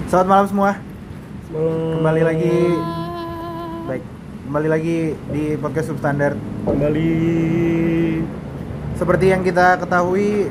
Selamat malam semua. Malam. Kembali lagi di podcast Substandard. Kembali. Seperti yang kita ketahui,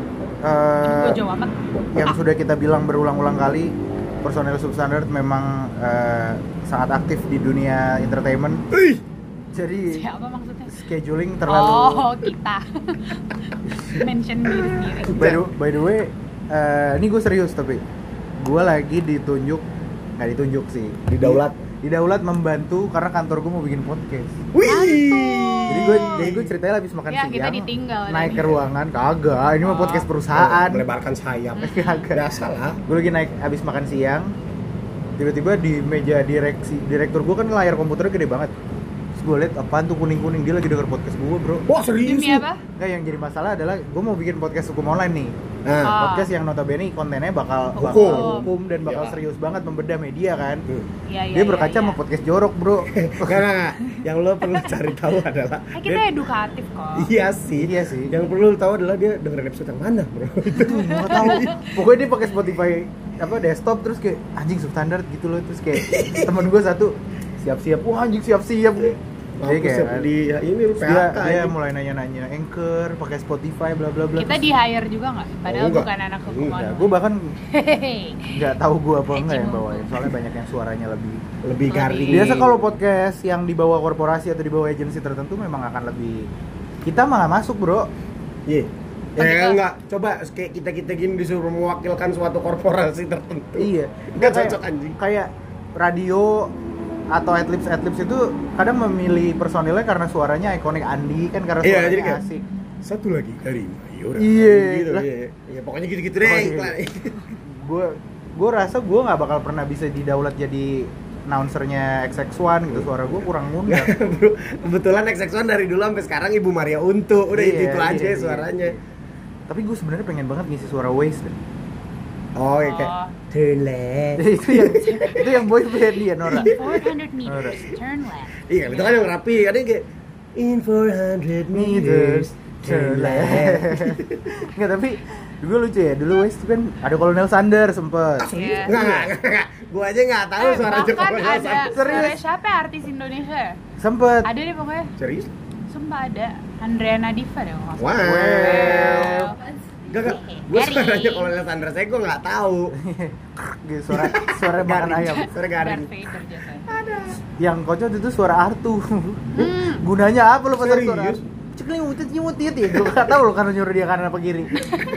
yang sudah kita bilang berulang-ulang kali, personel Substandard memang sangat aktif di dunia entertainment. Jadi siapa maksudnya? scheduling terlalu. Oh, kita. Mention diri sendiri. By the way, ini gue serius tapi gue lagi nggak ditunjuk sih. Didaulat membantu karena kantor gue mau bikin podcast. Wih. Jadi gue ceritanya habis makan Ya, siang. kita ditinggal naik tadi. ke ruangan, kagak. Ini mah podcast perusahaan. Melebarkan sayap. Kagak. Biasa lah. Gue lagi naik habis makan siang. Tiba-tiba di meja direktur gue kan layar komputernya gede banget. Terus gue liat apaan tuh kuning-kuning, dia lagi denger podcast gue, bro. Wah, serius Demi lu? apa? Nggak, yang jadi masalah adalah gue mau bikin podcast hukum online nih. Nah, Podcast yang notabene kontennya bakal hukum dan bakal Iya. serius banget membedah media kan. Iya, Dia berkaca sama podcast jorok, bro. Enggak. Yang lo perlu cari tahu adalah Kita edukatif kok. Iya sih. Yang perlu lo tahu adalah dia dengerin episode yang mana, bro. Nggak tahu. Pokoknya dia pakai Spotify desktop terus kayak anjing Substandard gitu loh, terus kayak temen gue satu siap-siap, wah anjing siap-siap. Jadi kayak ini lu dia PHK. mulai nanya-nanya Anchor, pakai Spotify bla bla bla. Kita di hire juga nggak? Padahal enggak. bukan anak hukum Enggak. online. Gue bahkan Hehehe. nggak tahu gue apa enggak yang Cimung. bawain, soalnya banyak yang suaranya lebih. Lebih garing. Biasa kalau podcast yang di bawah korporasi atau di bawah agensi tertentu memang akan lebih. Kita malah masuk, bro. Iya. Oh, Ya gitu. enggak, coba kayak kita gini disuruh mewakilkan suatu korporasi tertentu. Iya. Enggak Kayak- cocok anjing. Kayak radio atau adlibs itu kadang memilih personilnya karena suaranya ikonik, Andi kan karena Iya, suaranya jadi kayak asik. satu lagi dari Mayora. Iya. Gitu, Lah. iya. Ya pokoknya gitu-gitu deh. Oh, iya. iklan. Gue rasa gue nggak bakal pernah bisa didaulat jadi announcernya XX1 gitu, suara gue kurang Nggak, mudah. bro. Kebetulan XX1 dari dulu sampai sekarang Ibu Maria Untu. Udah Iya, itu aja iya, suaranya. Tapi gue sebenarnya pengen banget ngisi suara Waze deh. Oh, ya kayak Oh. turn left. itu yang boy band dia Nora. 400 meters, turn left. Iya, itu kan yang rapi. Kadang kayak in 400 meters turn left. Nggak, tapi gue lucu ya, dulu Waze tuh kan ada Kolonel Sanders sempet. Iya. Enggak. Gua aja enggak tahu suara bahkan Jokowi. ada Serius? suara siapa ya, artis Indonesia? Sempet. Ada deh pokoknya. Serius? Sumpah ada. Andrea Nadifa deh kalau nggak Wow. salah. Enggak. Gua Garing. suaranya kalau lihat Sandra saya gua enggak tahu. Gitu, suara makan ayam. Suara garing. Darth Vader jatuhnya. Yang kocok itu suara Artu. Gunanya apa lu pasang suara? Serius? Cekling ngutit ya. Gue nggak tahu lo karena nyuruh dia kanan apa kiri.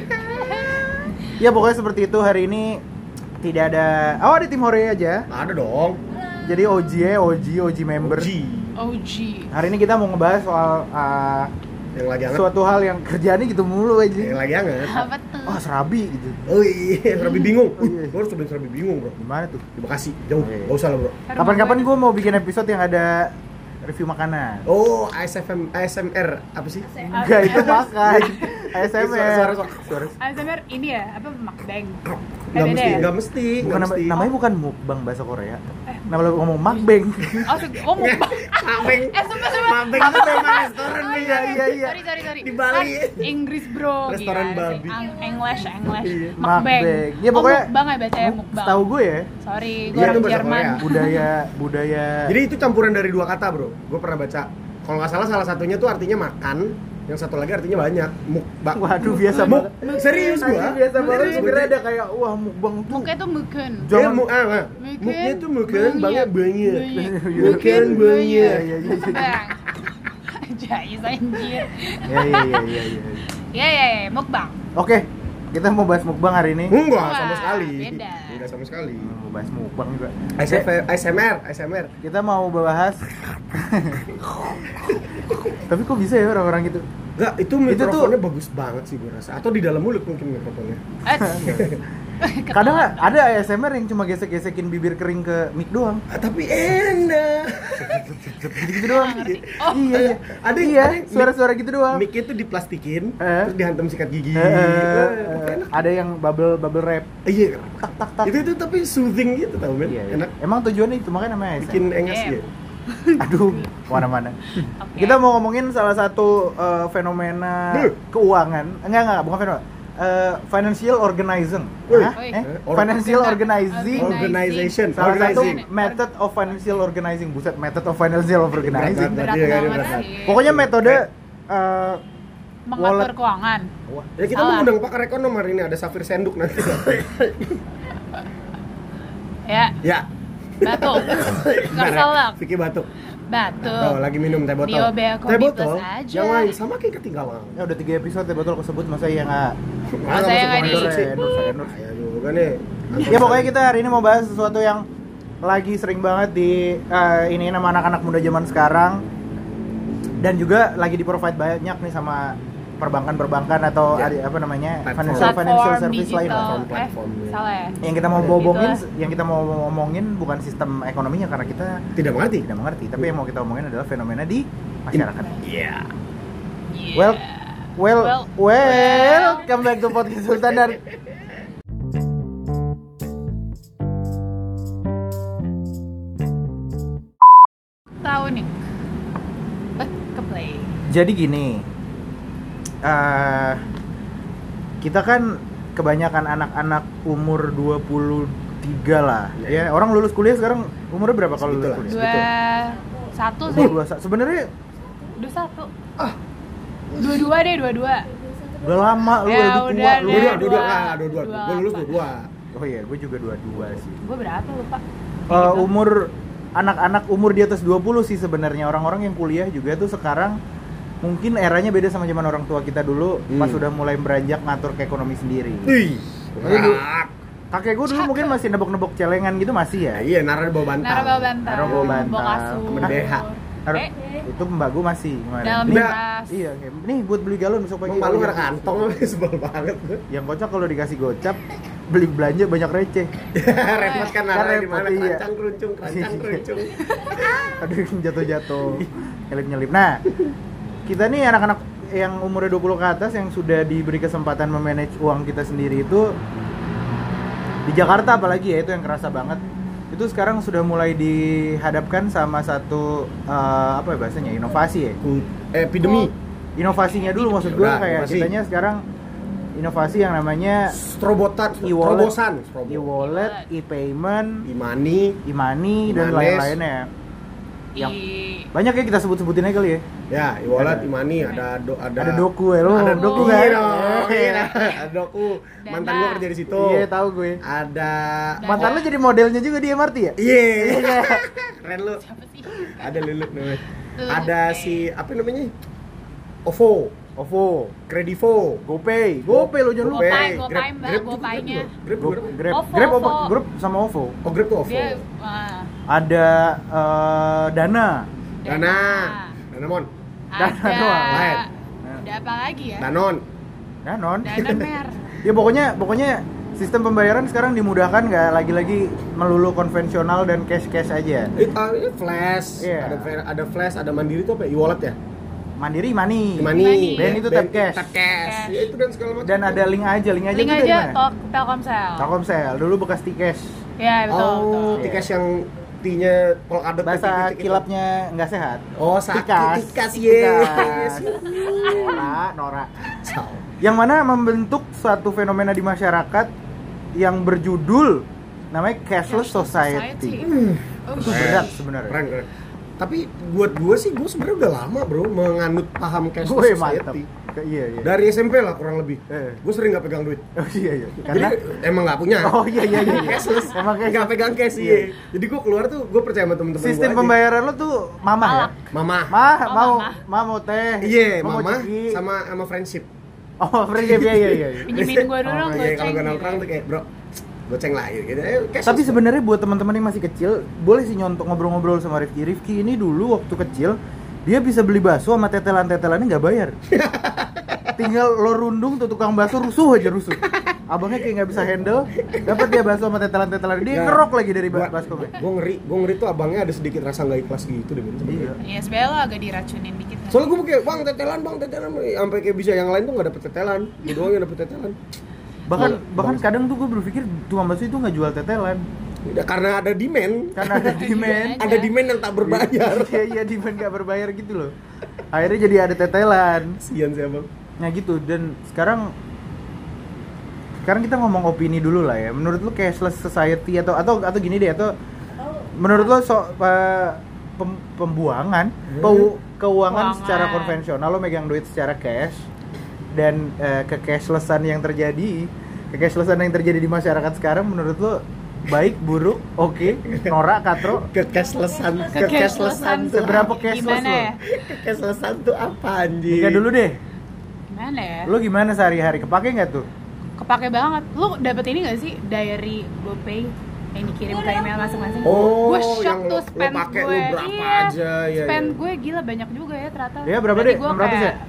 Ya pokoknya seperti itu. Hari ini tidak ada. Oh, ada tim hore aja. Ada dong. Jadi OG member. OG. Hari ini kita mau ngebahas soal Yang lagi hangat. suatu hal yang kerjaannya gitu mulu Yang aja. lagi hangat. Apa tuh? Wah, serabi gitu. Oh iya, Serabi bingung. Oh, iya. Gua harus cobain Serabi bingung, Bro. Gimana tuh? Di Bekasi, jauh. Oke. Enggak usah lah, Bro. Kapan-kapan gue mau bikin episode yang ada review makanan. Oh, ASMR apa sih? Enggak, itu makan. ASMR. Suara. ASMR ini ya, apa mukbang? Enggak Beda mesti, ya? enggak mesti. Bukan Nggak mesti. namanya bukan mukbang bahasa Korea. Nama lo ngomong mukbang. Oh, mukbang. Mabeng. Sumpah. Mabeng itu nama restoran Oh, nih. iya. Sorry. Di Bali. Kan Inggris bro. Restoran gila sih. babi. English. Iya, Mukbang. mukbang. Ya, pokoknya- mukbang ya bacanya mukbang. Tahu gue ya, Sorry, gue Iya, itu orang bahasa Jerman. Korea. budaya. Jadi itu campuran dari dua kata, Bro. Gue pernah baca. Kalau nggak salah satunya tuh artinya makan, yang satu lagi artinya banyak. Mukbang. Waduh, biasa banget. Serius gua? Anjing, biasa banget. Serius, Gue kira bener. ada kayak wah mukbang tuh. Muknya tuh muken. Jangan- Muknya tuh mukan banyak. Banyak. Mukan banyak. Iya. Bang. Jais anjir. Ya. Ya, mukbang. Oke, kita mau bahas mukbang hari ini. Enggak, Wah, sama sekali. beda. Enggak sama sekali. Mau bahas mukbang juga. ASMR. Kita mau bahas. Tapi kok bisa ya orang-orang gitu? Enggak, itu tuh- mikrofonnya bagus banget sih gue rasa. Atau di dalam mulut mungkin mikrofonnya. Kadang ada ASMR yang cuma gesek-gesekin bibir kering ke mic doang. Tapi enak. Gitu doang. Oh. Iya. Ada Iya, yang suara-suara gitu doang. mic-nya tuh diplastikin, Eh. terus dihantam sikat gigi. Enak. Ada yang bubble wrap. Iya. Tak. Itu tapi soothing gitu tau men. Iya. Enak. Emang tujuannya itu makanya namanya ASMR. Bikin enges Iya. ya. Aduh, mana-mana. Oke. Kita mau ngomongin salah satu fenomena keuangan. Enggak, bukan fenomena. financial organizing. Wih. Hah? Wih. Financial organizing. Organization. Salah satu Organizing. method of financial organizing. Buset, method of financial organizing. Berat. Berat Iya, kan, banget berat. sih. Pokoknya metode Mengatur wallet. keuangan. Ya kita Salah. mengundang pakar ekonom hari ini, ada Safir Senduk nanti. Ya, Ya. batuk. Keselak. Vicky batuk. Batuk. Tuh, lagi minum teh botol. Diobea Teh Kopi botol. Plus aja. Yang lain sama kayak ketinggalan. Ya udah 3 episode ya botol kesebut, masa ya nggak Masa ya nggak endorse, di- endorse. Ya juga nih. Ya pokoknya kita hari ini mau bahas sesuatu yang lagi sering banget di ini sama anak-anak muda zaman sekarang, dan juga lagi di provide banyak nih sama perbankan-perbankan atau Ya. apa namanya Platform. financial service lain lah. Platform, ya. Salah ya? Yang kita mau ngomongin, Itulah. yang kita mau ngomongin bukan sistem ekonominya karena kita Tidak mengerti. tidak mengerti, tapi yang mau kita omongin adalah fenomena di masyarakat. Iya. Yeah. Well, come back to podcast Sultanar. Tahu nih. Ke play. Jadi gini, kita kan kebanyakan anak-anak umur 23 lah, ya. Orang lulus kuliah sekarang umurnya berapa kalau lulus Segitulah. kuliah? 21 sih. Umur 21. Sebenarnya 21. 22 deh, 22. udah lama lu Ya, lebih tua udah lu. deh. Dua. Gue lulus 22. Oh iya, gue juga 22 sih. Gue berapa lupa? Umur anak-anak umur di atas 20 sih sebenarnya. Orang-orang yang kuliah juga tuh sekarang mungkin eranya beda sama zaman orang tua kita dulu, pas sudah mulai beranjak ngatur ke ekonomi sendiri. Ih. Berat. Kakek gue dulu mungkin masih nebok-nebok celengan gitu masih ya. Iya, naruh di bawah bantal. Naruh bawa bantal. Naruh bawa bantal. Bawa kasur. Temen BH. Naruh- itu mbak gue masih kemarin. Dalam Nih, tas. iya, kayak, nih buat beli galon besok pagi. Emang malu nggak ada kantong, sebel banget gue. Yang kocak kalau dikasih gocap, beli belanja banyak receh. Repot kan naruh di mana? Repot, iya. Kerancang keruncung. Aduh, jatuh-jatuh, nyelip-nyelip. Nah, kita nih anak-anak yang umurnya 20 ke atas yang sudah diberi kesempatan memanage uang kita sendiri itu di Jakarta apalagi ya, itu yang kerasa banget. Itu sekarang sudah mulai dihadapkan sama satu apa ya bahasanya, inovasi ya. Epidemi. Inovasinya dulu maksud gue, Udah, kayak inovasi. kitanya sekarang inovasi yang namanya Terobosan. e-wallet, e-payment, E-money, dan Manes. lain-lainnya. Yang banyak ya kita sebut-sebutin aja kali ya. Ya, e-wallet, Ada. e-money, ada Ada doku ya, lo Ada doku doku. kan? Iya dong, Iya. iya. Ada doku. Mantan Dana. gua kerja di situ. Iya, tahu gue. Ada Mantan lo jadi modelnya juga di MRT ya? Iya. Keren lu. Siapa sih? Ada Luluk namanya. Luluk. Ada si apa namanya? OVO, Kredivo, GoPay lo jangan lupa. Gopay, Gopay, Mbak, Gopaynya. Grab Go- berapa? Grab, OVO, Grab apa? OVO. Grab sama OVO. Oh, Grab tuh OVO. Dia Ada Dana. Danamon, Dana ada. doang. Lain. Ada apa lagi ya? Danon. Danon. Dana Mer. Ya pokoknya sistem pembayaran sekarang dimudahkan, nggak lagi-lagi melulu konvensional dan cash aja. Ini flash, Iya. ada flash, ada mandiri tuh apa? E-wallet ya? Mandiri money. E-money. Ben itu tap cash. Tap cash. Ya itu dan segala macam. Dan ada link aja Link itu dari aja mana? Telkomsel. Telkomsel, dulu bekas T-Cash. Ya, betul. Oh, betul. tiket yang T-nya polkadot. Bahasa titik-titik. kilapnya nggak sehat. Oh, sakit tikas, Tikas. Nora. Yang mana membentuk suatu fenomena di masyarakat yang berjudul namanya cashless society. Itu berat sebenarnya. Keren. Tapi buat gue sih, gue sebenarnya udah lama bro menganut paham cashless Gue mantap. society. Iya. Dari SMP lah kurang lebih. Eh. Gue sering nggak pegang duit. Oh iya. Karena Jadi emang nggak punya. oh iya. Cashless. Emang cashless. Nggak pegang cash Iya. iya. Jadi gue keluar tuh, gue percaya sama temen-temen gue sistem aja. pembayaran lo tuh mama ya? Mama. Mau Mama. mau teh. Iya, mau mama ciki. sama friendship. Oh, friendship iya. Pinjemin gue dulu dong, Iya, kalau goceng gue gitu. nongkrong tuh kayak bro, goceng lah gitu. Cashless Tapi lah. sebenarnya buat teman-teman yang masih kecil, boleh sih nyontok ngobrol-ngobrol sama Rifki. Rifki ini dulu waktu kecil dia bisa beli bakso sama tetelan-tetelannya nggak bayar. Tinggal lo rundung tuh tukang bakso rusuh. Abangnya kayak nggak bisa handle, dapat dia bakso sama tetelan-tetelan. Dia Nggak. ngerok lagi dari Gua- baskomnya. Gue ngeri tuh abangnya ada sedikit rasa nggak ikhlas gitu deh. Iya. Ya, sebenarnya lo agak diracunin dikit kan. Soalnya gue kayak bang tetelan, sampai kayak bisa yang lain tuh nggak dapet tetelan, gue doang yang dapet tetelan. Bahkan kadang tuh gue berpikir tukang bakso itu nggak jual tetelan, Ya, karena ada demand, karena ada demand. ada demand yang tak berbayar. Iya, demand nggak berbayar gitu loh. Akhirnya jadi ada tetelan. Sian sih abang. Nah gitu, dan sekarang sekarang kita ngomong opini dulu lah ya. Menurut lu cashless society atau gini deh, atau menurut lu pembuangan keuangan secara konvensional, lo megang duit secara cash, dan kecashlessan yang terjadi di masyarakat sekarang, menurut lo baik, buruk, oke, norak, katro? Kecashlessan Seberapa cashless Gimana lo? ya? Kecashlessan tuh apa anjing? Nikah dulu deh. Gimana ya? Lo gimana sehari-hari, kepake nggak tuh? Kepake banget. Lu dapet ini gak sih diary GoPay yang dikirim ke email masing-masing? Oh, Gue shock yang tuh lo spend pakai gue. lo berapa Iya, aja ya. spend gue gila banyak juga ya ternyata. Ya berapa Berarti deh? gua 600 ya? kayak-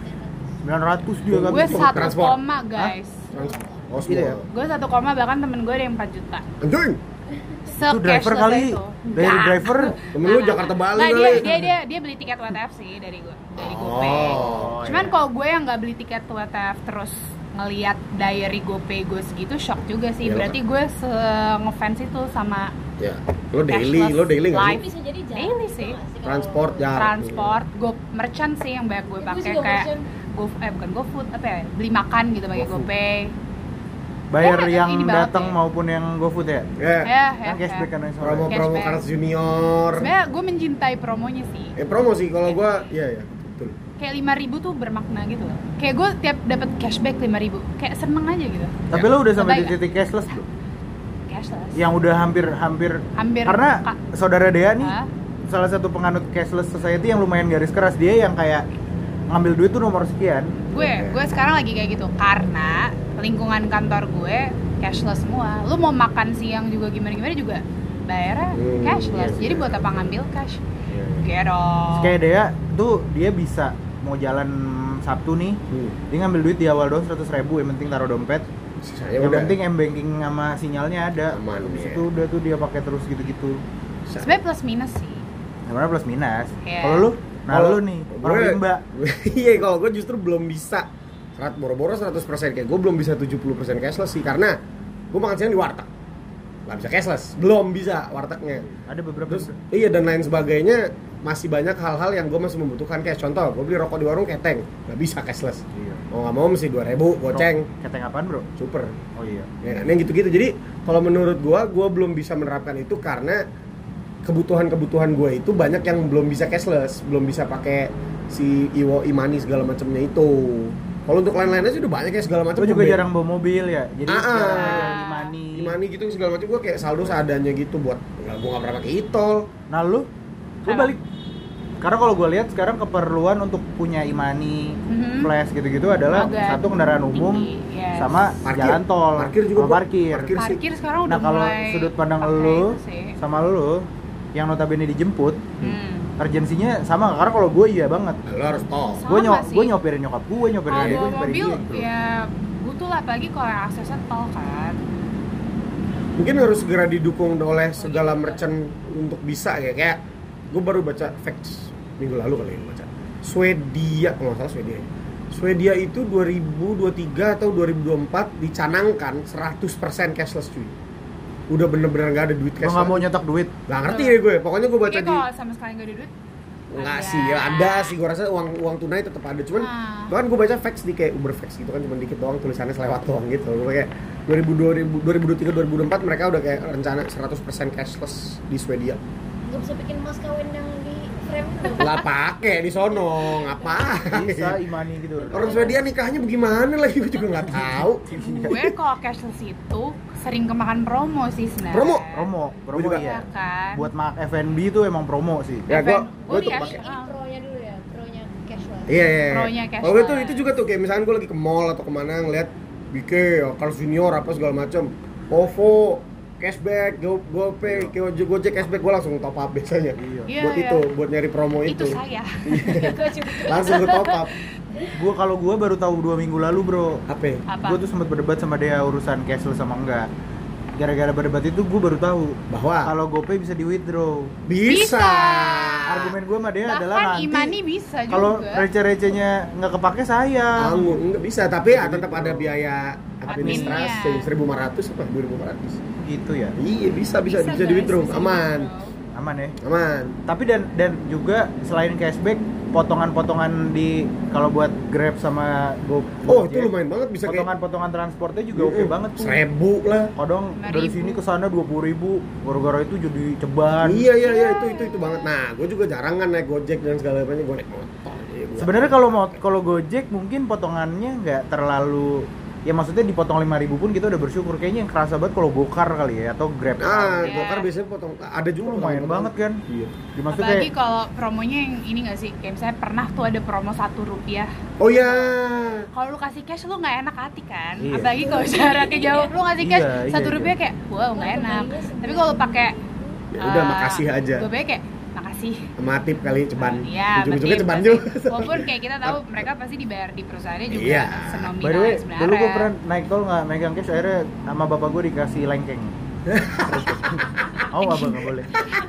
900 dia kan. Gue 1 Transport. koma guys. Oh, Gitu ya? semua. Gue 1 koma, bahkan temen gue ada yang 4 juta. Anjing. Itu driver Se-cashless kali, itu. dari Enggak. driver. Temen lu Jakarta Bali Nah, kali. dia beli tiket WTF sih dari GoPay. Oh, Cuman iya. kalau gue yang nggak beli tiket WTF terus ngelihat diary GoPay gue segitu, shock juga sih. Iya, Berarti gue ngefans itu sama Ya, lo daily nggak life. sih? Bisa jadi jarang. Daily sih. Transport jarang. Transport, merchant sih yang banyak gue Gue pakai, juga kayak merchant. bukan GoFood, apa ya? Beli makan gitu pakai GoFood. GoPay. Bayar Ya, yang ini banget datang ya. maupun yang GoFood ya? Ya. Kan cashback kan yang soalnya. Promo-promo Cashback. Cards Junior. Sebenarnya gue mencintai promonya sih. Promo sih kalau gua, iya betul. Kayak 5.000 tuh bermakna gitu loh. Kayak gue tiap dapat cashback 5.000, kayak seneng aja gitu. Tapi lo udah sampai di Lebay nggak? titik cashless belum? Cashless. Yang udah hampir karena Kak. saudara Dea nih Hah? salah satu penganut cashless society yang lumayan garis keras. Dia yang kayak ngambil duit tuh nomor sekian. Gue sekarang lagi kayak gitu karena lingkungan kantor gue cashless semua. Lu mau makan siang juga gimana juga bayarnya cashless. Iya, Jadi iya. buat apa ngambil cash? Gitu. Kayak Dea tuh dia bisa mau jalan Sabtu nih, dia ngambil duit di awal doang 100.000, yang penting taruh dompet. Sisanya Yang udah. penting m-banking sama sinyalnya ada. Aman, Habis ya. itu udah tuh dia pakai terus gitu-gitu. Sebenarnya plus minus sih. Gimana plus minus? Iya. Kalau lu? Nah, Kalau lu nih, orang rimba. Iya, kalau gue justru belum bisa boro-boro 100%, kayak gue belum bisa 70% cashless sih, karena gue makan siang di warteg. Gak bisa cashless, belum bisa wartegnya. Ada beberapa. Terus iya, dan lain sebagainya, masih banyak hal-hal yang gue masih membutuhkan cash. Contoh, gue beli rokok di warung keteng, gak bisa cashless. Iya. Mau gak mau mesti 2.000 goceng. Keteng apaan, Bro? Super. Oh iya. Ya kan, yang gitu-gitu. Jadi kalau menurut gue belum bisa menerapkan itu karena kebutuhan gue itu banyak yang belum bisa cashless, belum bisa pakai si Iwo Imani segala macamnya itu. Kalau untuk lain-lainnya sih udah banyak ya segala macam. Lu juga jarang bawa mobil ya, jadi Ah, jarang ah. yang Imani. Imani gitu segala macam, gue kayak saldo seadanya gitu buat gue nggak pernah pakai e-tol. Nah lu balik. Karena kalau gue lihat sekarang keperluan untuk punya Imani, Mhm. flash gitu-gitu adalah Agak satu kendaraan umum tinggi, yes. sama Parkir. jalan tol, Parkir juga, sama Bro. parkir. Parkir sih. Parkir sekarang Nah udah kalau mulai sudut pandang pakai lu itu sih. sama lu yang notabene dijemput, urgensinya sama. Karena kalau gue iya banget. Lo harus tol. Sama sih. Gue nyopirin nyokap gue, nyopirin Kalau adik gue, bawa nyopirin mobil dia gitu. ya butuh lah, apalagi kalau yang aksesnya tol kan. Mungkin harus segera didukung oleh segala merchant untuk bisa ya. Kayak gue baru baca facts minggu lalu kali ini baca. Swedia, kalau nggak salah Swedia. Swedia itu 2023 atau 2024 dicanangkan 100% cashless cuy. Udah bener-bener nggak ada duit Gue cash. nggak mau lagi. nyetak duit. Nggak ngerti ya gue. Pokoknya gue baca Tapi di kalau sama sekali nggak ada duit, nggak ada. sih ya, ada sih. Gue rasa uang tunai tetap ada. Cuman bahkan gue baca facts di kayak Uber facts gitu kan, cuma dikit doang tulisannya selewat doang gitu. Gue kayak 2023 2024 mereka udah kayak rencana 100% cashless di Swedia. Gak bisa bikin mas kawin yang di frame itu. Nggak pakai di sono, ngapain? Bisa Imani gitu. Orang Swedia nikahnya bagaimana lagi, gue juga nggak tahu. gue kalau cashless itu sering kemakan promo sih sebenarnya. Promo juga. iya. Ya kan. Buat F&B itu emang promo sih. Ya gue Gue tuh cash. pakai. Pro-nya dulu ya, pro-nya cashless. Iya, iya. Pro-nya cashless. Kalau itu juga tuh kayak misalkan gue lagi ke mall atau kemana ngeliat BK, Carl's Junior apa segala macam, OVO, cashback, GoPay, Gojek cashback, gue langsung top up biasanya. Iya. Iya, Buat iya. itu, buat nyari promo Itu itu. saya. Langsung gue top up. Kalau gue baru tahu 2 minggu lalu, Bro. Apa? Apa? Gue tuh sempat berdebat sama dia urusan cashless sama enggak. Gara-gara berdebat itu gue baru tahu Bahwa kalau GoPay bisa di withdraw. bisa. Argumen gue sama dia adalah Bahkan nanti Imani bisa juga. kalau receh-recehnya nggak kepake sayang. Anggun nggak bisa, tapi ya tetap ada biaya administrasi Adminnya. 1.500 apa 2.500. Gitu ya. Iya, bisa di guys, withdraw, bisa aman. di-withdraw. Aman ya. Aman. Tapi dan juga selain cashback potongan-potongan di kalau buat Grab sama Oh, itu lumayan banget bisa kayak potongan-potongan transportnya juga oke banget tuh. 1.000 lah. Kadang dari 5.000. sini ke sana 20.000, gara-gara itu jadi ceban. Iya itu banget. Nah, gue juga jarang kan naik Gojek dan segala macamnya, gue naik motor. Sebenarnya kalau Gojek mungkin potongannya nggak terlalu, ya maksudnya dipotong 5.000 pun kita udah bersyukur. Kayaknya yang kerasa banget kalau Gokar kali ya atau Grab. Iya. Gokar biasanya potong, ada juga Lumayan banget kan. Iya. Maksudnya Apalagi kalau promonya yang ini nggak sih, kayak misalnya pernah tuh ada promo Rp1. Oh iya. Kalau lu kasih cash lu nggak enak hati kan. Iya. Apalagi kalau jaraknya jauh lu ngasih cash Iya, Rp1 iya. kayak wow nggak enak. Tapi kalau pakai Ya udah, makasih aja. Gue kayak makasih. Sama tip kali ceban. Iya, Ujung-ujungnya betul, ceban pasti. juga. Walaupun kayak kita tahu mereka pasti dibayar di perusahaannya juga Iya. senominal by the way, yang sebenarnya. dulu gue pernah naik tol nggak megang cash, akhirnya sama bapak gue dikasih lengkeng. Oh abang nggak boleh.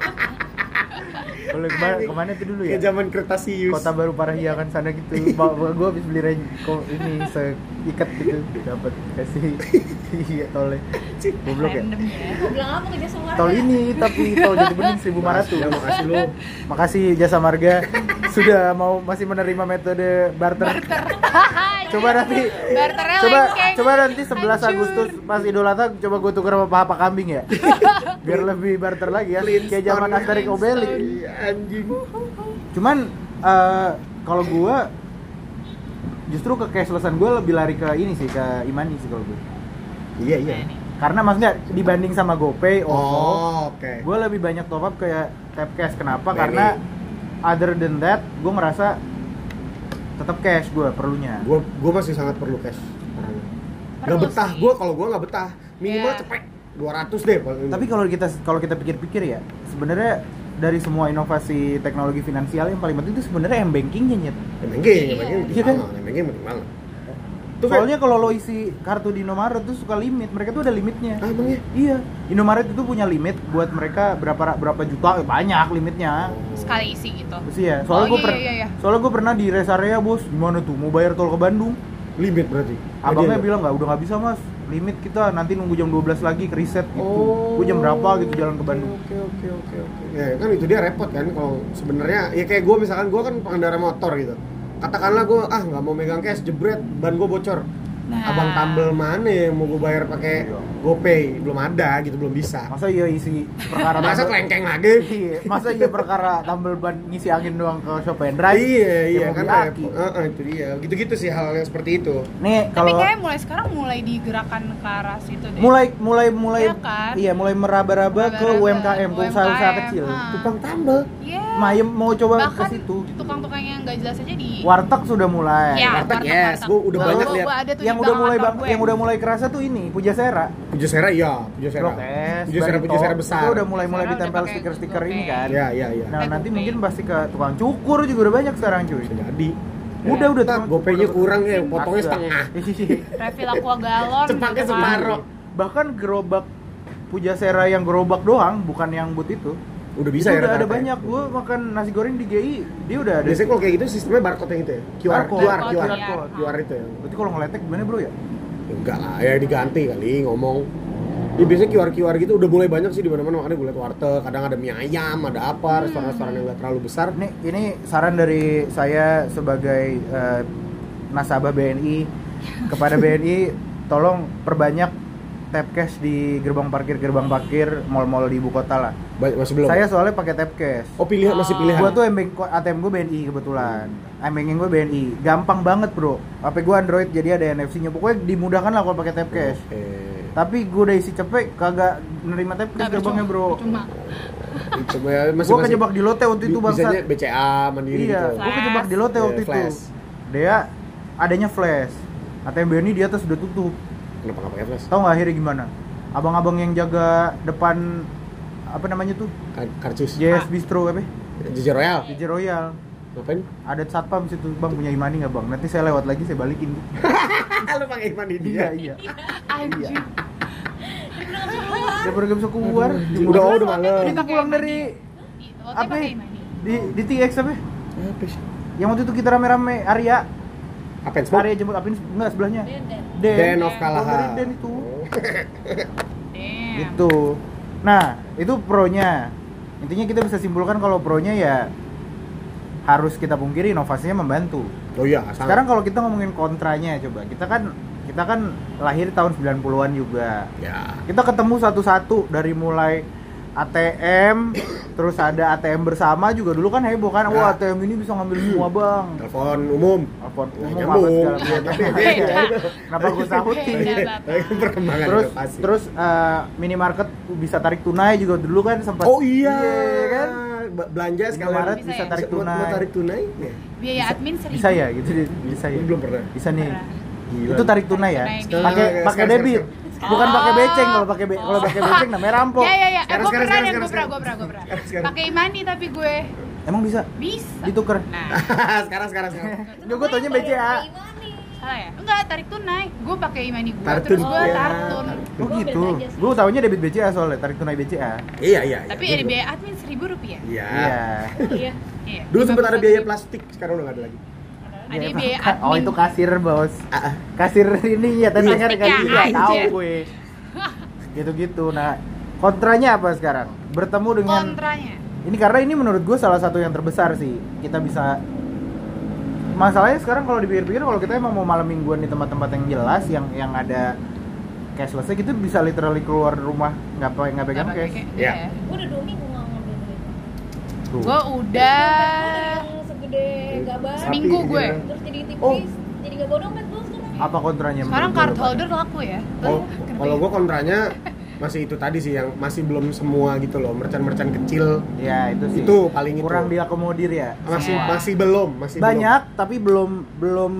Boleh kemana tuh dulu ya? Kayak zaman Kretasius. Kota Baru Parahyangan sana gitu. Bapak gue habis beli ini seikat gitu, dapat kasih iya tolnya. Goblok ya. Random ya. Aku bilang apa ke Jasa Marga? Tol ini tapi tol Jati Bening 1.500. Ya, makasih lu. Makasih Jasa Marga sudah masih menerima metode barter. Coba nanti Barternya coba lengkeng. nanti 11 Hancur. Agustus pas Idul Adha coba gue tuker sama paha kambing ya. Biar lebih barter lagi ya. Kayak zaman Asterix Obelix. Iya, anjing. Cuman kalau gue justru ke cashlessan gue lebih lari ke ini sih, ke e-money sih kalau gue. Iya. Karena maksudnya dibanding sama GoPay, OVO, Oke. gue lebih banyak top up kayak tap cash. Kenapa? Beli. Karena other than that gue ngerasa tetap cash gue perlunya. Gue masih sangat perlu cash. Gak Perlu betah, sih. kalau gue gak betah. Minimal Iya. cepet 200 deh paling. Tapi kalau kita pikir-pikir ya, sebenarnya dari semua inovasi teknologi finansial yang paling penting itu sebenarnya m-bankingnya nyet. M-banking Iya kan? M-banking penting banget. Tuh Soalnya kalau lo isi kartu di Indomaret tuh suka limit, mereka tuh ada limitnya. emangnya? Iya, Indomaret itu punya limit buat mereka berapa juta, banyak limitnya. Sekali isi gitu. Terus ya, soalnya Oh, gue iya. gue pernah di rest area bos, gimana tuh mau bayar tol ke Bandung? Limit berarti. Abangnya Dia- bilang udah nggak bisa mas, limit kita nanti nunggu jam 12 lagi ke reset gitu. Oh. Gue jam berapa gitu jalan ke Bandung. Oke. Ya kan itu dia repot kan kalau sebenarnya ya kayak gue misalkan gue kan pengendara motor gitu. Katakanlah gue nggak mau megang cash, jebret ban gue bocor. Nah. Abang tambel mana yang mau gue bayar pakai GoPay? Belum ada gitu, belum bisa. Masa iya isi perkara Masa tambel- kelengkeng lagi? Iya, masa iya perkara tambel ban ngisi angin doang ke shop and drive? Iya Yang kan mobil aki. repot. Itu dia. Gitu-gitu sih hal yang seperti itu. Nih Tapi kalau kayak mulai sekarang mulai digerakkan ke arah situ deh. mulai Iya kan? iya mulai meraba-raba ke Meraba-raba, UMKM, ke usaha-usaha UMKM, kecil. Tukang tambel. Iya. Mayem mau coba ke Bahkan situ. tukang-tukang yang nggak jelas aja di Warteg sudah mulai. Ya, Warteg, warteg, yes. warteg. Gua udah Gua- banyak gua- lihat. gua ada tuh Yang di udah mulai belakang kantor gue. yang udah mulai kerasa tuh ini Pujasera. Pujasera iya, Pujasera. Blok S, Pujasera Barito, besar. Itu udah mulai Sekarang udah ditempel pakai stiker-stiker GoPay. ini kan. Iya. Nah, Pakai nanti GoPay. mungkin pasti ke tukang cukur juga udah banyak sekarang cuy. Bisa jadi. Udah Ntar tukang GoPay-nya cukur. kurang ya, potongnya Astaga. setengah. refill aqua galon Cepatnya gitu kan. separuh. Bahkan gerobak Pujasera yang gerobak doang, bukan yang boot itu. Udah bisa Itu ya udah ada rata-rata ya? banyak. Gua makan nasi goreng di GI, dia udah ada. Biasanya kalau kayak gitu sistemnya barcode yang itu ya? Barcode. QR itu ya? Berarti kalau ngeletek gimana bro ya? Ya enggak lah, ya diganti kali ngomong. Ya biasanya QR gitu udah mulai banyak sih di mana-mana, makanya gue liat warteg, kadang ada mie ayam, ada apa, restoran-restoran yang nggak terlalu besar. Ini saran dari saya sebagai nasabah BNI kepada BNI, tolong perbanyak tap cash di gerbang parkir mall-mall di ibu kota lah. Masih belum? Saya soalnya pakai tap cash. Oh masih pilihan? Gua tuh ATM gue BNI kebetulan. M-banking gue BNI. Gampang banget, Bro. HP gue Android jadi ada NFC-nya. Pokoknya dimudahkan lah kalau pakai tap cash. Oke. Tapi gue udah isi cepet kagak nerima tap cash gerbangnya, Bro. Cuma Coba ya, Gue kejebak di lote waktu itu Biasanya bangsat. BCA, Mandiri Iya, gitu. gue kejebak di lote Iya, waktu itu. flash. Dia adanya flash. ATM BNI di atas udah tutup. Kenapa nggak pakai flash? Tahu nggak akhirnya gimana? Abang-abang yang jaga depan apa namanya tuh? Karcis. JS Bistro apa? Jiji Royal. JJ Royal. Ngapain? Ada satpam situ, Bang punya imani nggak Bang? Nanti saya lewat lagi saya balikin. Lu pakai Iman ini Iya, dia. iya. anjing. Dia baru gak bisa keluar. Udah malam. Itu pulang dari apa? Di TX apa? Apa sih? Yang waktu itu kita rame-rame Arya. Apa yang smoke? Arya jemput apin enggak sebelahnya. Den. Den of Pulang dari Kalaha. Den itu. Damn. Gitu. Nah, itu pro-nya. Intinya kita bisa simpulkan kalau pro-nya ya harus kita pungkiri inovasinya membantu. Oh iya, Sekarang kalau kita ngomongin kontranya coba, kita kan lahir tahun 90-an juga. ya. Kita ketemu satu-satu dari mulai ATM, terus ada ATM bersama juga dulu kan heboh kan, wah ATM ini bisa ngambil semua bang. Telepon umum. Telepon umum nyambung. apa segala Ya, macam. tapi beda. Kenapa gue sahuti? Beda. Perkembangan Terus inovasi. terus minimarket bisa tarik tunai juga dulu kan sempat. Oh iya, kan? Belanja sekalian Indomaret Bisa bisa ya? tarik Mau tunai. tarik tunai? Ya. Biaya admin 1.000. Bisa ya gitu bisa ya. Belum pernah. Bisa nih. Pernah. Gila. Itu tarik tunai ya. Tarik tunai. Pakai Sekarang, pakai sekarang, debit. Bukan Oh. pakai beceng. Kalau pakai beceng namanya rampok. Ya. Sekarang, Gue sekarang, pernah, sekarang, gue sekarang. pernah. Sekarang. Pakai e-money tapi gue Emang bisa bisa. ditukar. Nah, sekarang. Gue taunya BCA. salah ya? Enggak, tarik tunai. Gue pakai e-money gue, Tarik terus tunai. gue Ya. tartun. Oh Gua gitu. ambil aja sih. Gue taunya debit BCA soalnya tarik tunai BCA. Iya. Tapi ada biaya admin 1.000 rupiah. Iya. Iya. Iya. Iya. Dulu sempat ada biaya 50 plastik, sekarang udah nggak ada lagi. Ada Iya, biaya Pak. admin. Oh itu kasir bos. Ah. Kasir ini ya tadi kan Plastiknya, iya tahu anjir. gue. Gitu-gitu. Nah, kontranya apa sekarang? Bertemu dengan kontranya. ini karena ini menurut gue salah satu yang terbesar sih. Kita bisa masalahnya sekarang kalau dipikir-pikir kalau kita emang mau malam mingguan di tempat-tempat yang jelas yang ada cashlessnya gitu bisa literally keluar rumah nggak pegang Nggak pakai cash. kayak- Iya. iya. Gue udah 2 minggu nggak ngambil duit. Tuh. Gue udah Yang segede gaban. seminggu gue. Terus jadi tipis. Oh. Jadi gak bawa dompet gue sekarang. Apa kontranya? Sekarang menurut card lu, Pak? holder laku ya. Oh, Kenapa kalau ya? gue kontranya masih itu tadi sih yang masih belum semua gitu loh, merchant kecil Ya itu sih. itu paling kurang itu. diakomodir ya. masih Semua. masih belum Banyak tapi belum belum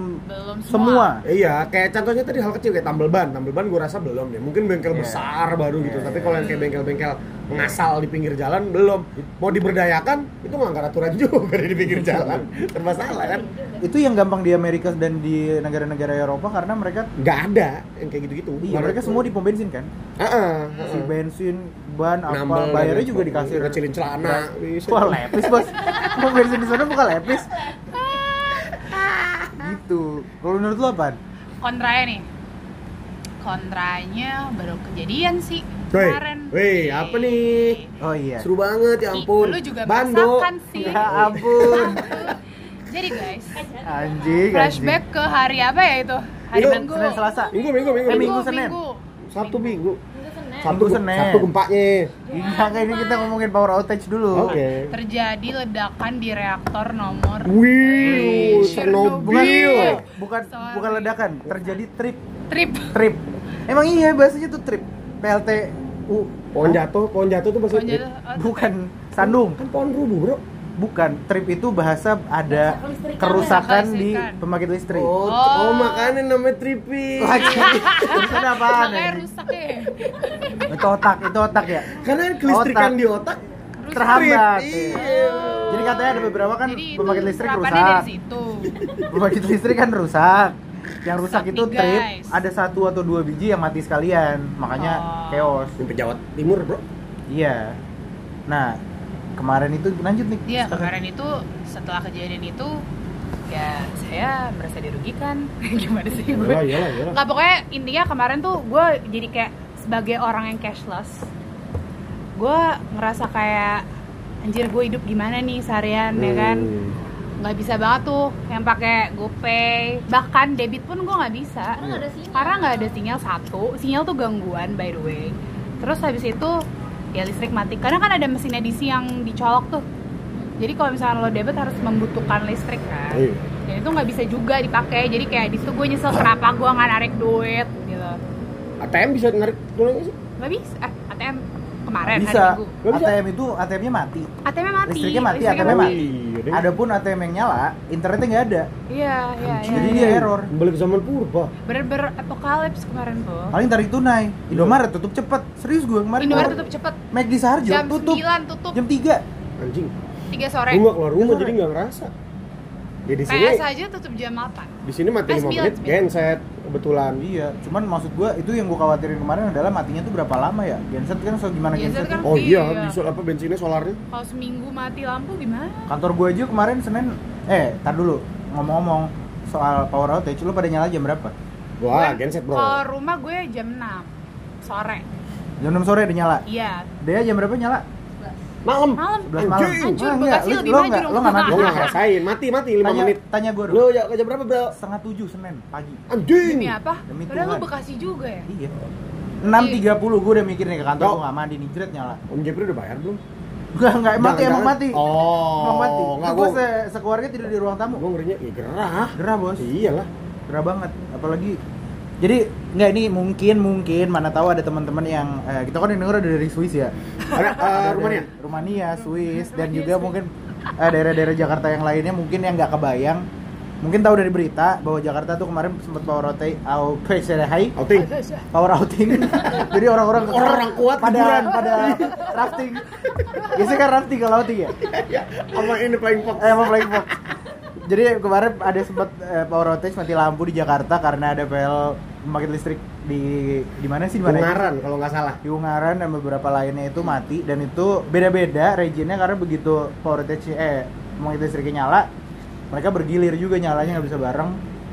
semua. Iya, kayak contohnya tadi hal kecil kayak tambal ban gue rasa belum deh. Mungkin bengkel Iya. besar baru gitu. Iya, Tapi iya. kalau yang kayak bengkel-bengkel ngasal di pinggir jalan belum. Mau diberdayakan itu melanggar aturan juga di pinggir jalan. Serba salah kan? Itu yang gampang di Amerika dan di negara-negara Eropa karena mereka Nggak ada yang kayak gitu-gitu. iya, mereka semua di pom bensin kan. Si bensin, ban apa Nambel, bayarnya dan juga dikasih ngecilin celana. Bisa. Wah, lepis, Bos. Pom bensin di sana bukan lepis. Gitu. Kalau menurut lu apaan? kontranya nih. Kontranya baru kejadian sih Woi, kemarin. woi, apa nih? Oh iya. Seru banget ya ampun. Lu juga Bando. merasakan sih. Ya ampun. Jadi guys, Anjing. flashback ke hari apa ya itu? Hari Itu Minggu. Senin Selasa. Minggu. Minggu, Senin. Sabtu Minggu. Minggu Senin. Sabtu Senin. Sabtu gempanya. Iya, kayak ini kita ngomongin power outage dulu. Oke. Terjadi ledakan di reaktor nomor Wih, Bukan Chernobyl. bukan Sorry. bukan ledakan, terjadi trip. trip. Emang iya bahasanya tuh trip. PLTU. Pohon jatuh tuh bahasa Pohon jatuh. Oh, Bukan sandung. Kan pohon rubuh, Bro. Bukan, trip itu bahasa ada Bahasa kelistrikan. kerusakan Bahasa di kelistrikan. pembangkit listrik. Oh, makanya namanya tripping. Lagi. Maksudnya apaan? Makanya anjing? rusak ya. Itu otak ya. Karena kelistrikan Otak. di otak Terhambat. Iya. Iya. Jadi katanya ada beberapa kan Jadi itu pembangkit listrik serapannya rusak. dari situ. Pembangkit listrik kan rusak. Yang rusak Rusak itu nih, trip, guys. ada 1 atau 2 biji yang mati sekalian. Makanya Oh. chaos. Sampai Jawa Timur, Bro. Iya. Nah, kemarin itu lanjut nih. Iya, Sekarang. kemarin itu setelah kejadian itu ya saya merasa dirugikan. Gimana sih gue? Iyalah. Nggak, pokoknya intinya kemarin tuh gue jadi kayak sebagai orang yang cashless, gue ngerasa kayak anjir gue hidup gimana nih seharian ya kan, nggak bisa banget tuh yang pakai GoPay, bahkan debit pun gue nggak bisa Karena nggak ada sinyal. karena nggak ada sinyal. Sinyal tuh gangguan by the way. Terus habis itu ya listrik mati karena kan ada mesin edisi yang dicolok tuh, jadi kalau misalnya lo debit harus membutuhkan listrik kan. Iya. Dan itu nggak bisa juga dipakai, jadi kayak di situ gue nyesel kenapa gue nggak narik duit gitu. ATM bisa narik tunainya sih? Nggak bisa, ATM kemarin Bisa. hari Minggu. Nggak bisa. ATM itu ATM-nya mati. ATM-nya mati, Listriknya mati, listriknya ATM-nya mati. Iya deh. Adapun ATM yang nyala, internetnya nggak ada. Iya. Jadi dia error. Balik zaman purba. Bener-bener apokalips kemarin tuh. Paling tarik tunai. Indomaret tutup cepet. Serius gue kemarin. Indomaret keluar. tutup cepet, McD Sarjo jam tutup 9 tutup, jam 3. Anjing. 3 sore. Gue nggak keluar rumah Sore. jadi nggak ngerasa. Ya di sini, PS aja tutup jam 8. di sini mati 5 menit, 9. genset kebetulan. Iya, cuman maksud gue itu yang gue khawatirin kemarin adalah matinya tuh berapa lama ya? Genset kan so gimana Genset genset? kan- Oh iya, Iya. bisa apa bensinnya solarnya? Kalau seminggu mati lampu gimana? Kantor gue aja kemarin Senin tar dulu. Ngomong-ngomong soal power outage, lu pada nyala jam berapa? Wah, Gue- genset, Bro. Kalau rumah gue jam 6 sore. Jam 6 sore udah nyala. Iya, Dia jam berapa nyala? Malam. 11 malam. Anjing. Hancur, Enggak, Bekasi lu- lebih lu maju enggak- dong. lu enggak Gua mati. nggak ngerasain, mati 5 Tanya, menit. tanya gue Lu ya jam berapa, Bel? 6:30 Senin pagi. Anjing. Demi apa? Demi Padahal lu Tuhan. Bekasi juga ya? Iya. 6:30 gue udah mikir nih ke kantor Dok. gue nggak mandi nih, jret nyala. Om Jepri udah bayar belum? Enggak mati, Jangan-jangan- emang mati. Oh, Emang mati. nggak, Gue gua- sekeluarga tidur di ruang tamu. Gue ngerinya, ya gerah. Gerah bos. Iyalah. Gerah banget. Apalagi jadi nggak ini mungkin mana tahu ada teman-teman yang kita kan yang denger ada dari Swiss ya. Ada Rumania. Dari Rumania, Swiss dan juga mungkin daerah-daerah Jakarta yang lainnya mungkin yang nggak kebayang. Mungkin tahu dari berita bahwa Jakarta tuh kemarin sempat power outing, Outing. power outing. Jadi orang-orang kuat liburan. pada rafting. Biasanya kan rafting kalau outing ya. Sama ini Flying Fox. Sama Flying Fox. Jadi kemarin ada sempat power outage mati lampu di Jakarta karena ada PL pembangkit listrik di mana sih, di mana? Ungaran kalau nggak salah. Di Ungaran dan beberapa lainnya itu mati, dan itu beda-beda regionnya karena begitu power outage pembangkit listriknya nyala, mereka bergilir juga nyalanya, nggak bisa bareng.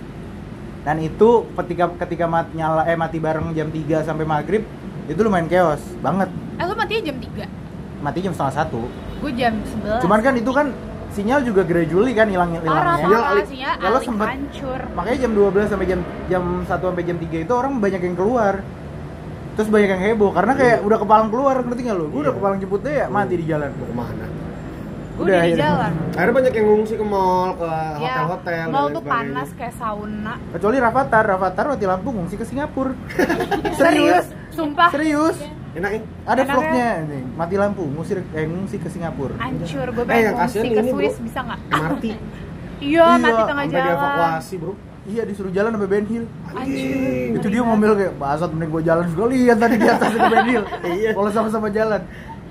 Dan itu ketika mati bareng jam 3 sampai maghrib itu lumayan chaos banget. Lu matinya jam 3? Mati jam 12:30. Gue jam 11. Cuman kan itu kan sinyal juga gradually kan hilangnya. parah, Sinyal sinyal kalau alik sempet hancur. makanya jam 12 sampai jam 1 sampai jam 3 itu orang banyak yang keluar. Terus banyak yang heboh karena kayak udah kepalang keluar, ngerti nggak lo? Gue udah Iya. kepalang jemputnya ya mati di jalan. Mau kemana? Gue udah di akhirnya. jalan. Akhirnya banyak yang ngungsi ke mall, ke Ya, hotel-hotel. mall dan lain tuh sebagainya. panas kayak sauna. Kecuali Rafathar mati lampu ngungsi ke Singapura. Serius, sumpah. Serius. Enak ya? Ada Enaknya. vlognya nih, mati lampu ngungsi ke Singapura. Hancur, gue yang pengen kasihan ngungsi ke ini, Swiss, bro. bisa nggak? MRT. Iya, Iya, mati tengah Sampai jalan. dievakuasi, bro. Iya, disuruh jalan sampai Ben Hill. Anjing. Itu dia ngomel kayak, "Basat mending gue jalan juga lihat tadi di atas ke Ben Hill." Iya. Kalau sama-sama jalan.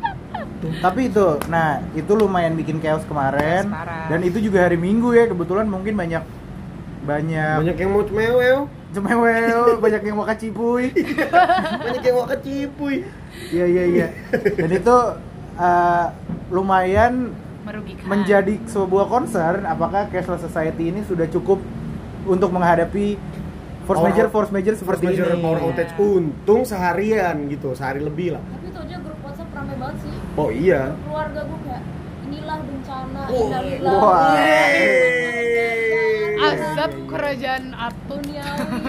Tapi itu, nah itu lumayan bikin chaos kemarin. Chaos parah. Dan itu juga hari Minggu ya, kebetulan mungkin banyak Banyak yang mau cemewel. cemewel, banyak yang mau kacipuy. Banyak yang mau kecipuy. Iya. Dan itu lumayan Merugikan. menjadi sebuah concern apakah cashless society ini sudah cukup untuk menghadapi force major seperti Force major ini. power outage. Untung seharian gitu, sehari lebih lah. Tapi itu aja grup WhatsApp rame banget sih. Oh iya. Grup keluarga gue kayak inilah bencana, Oh, innalillahi. wah. Azab kerajaan apa? Duniawi.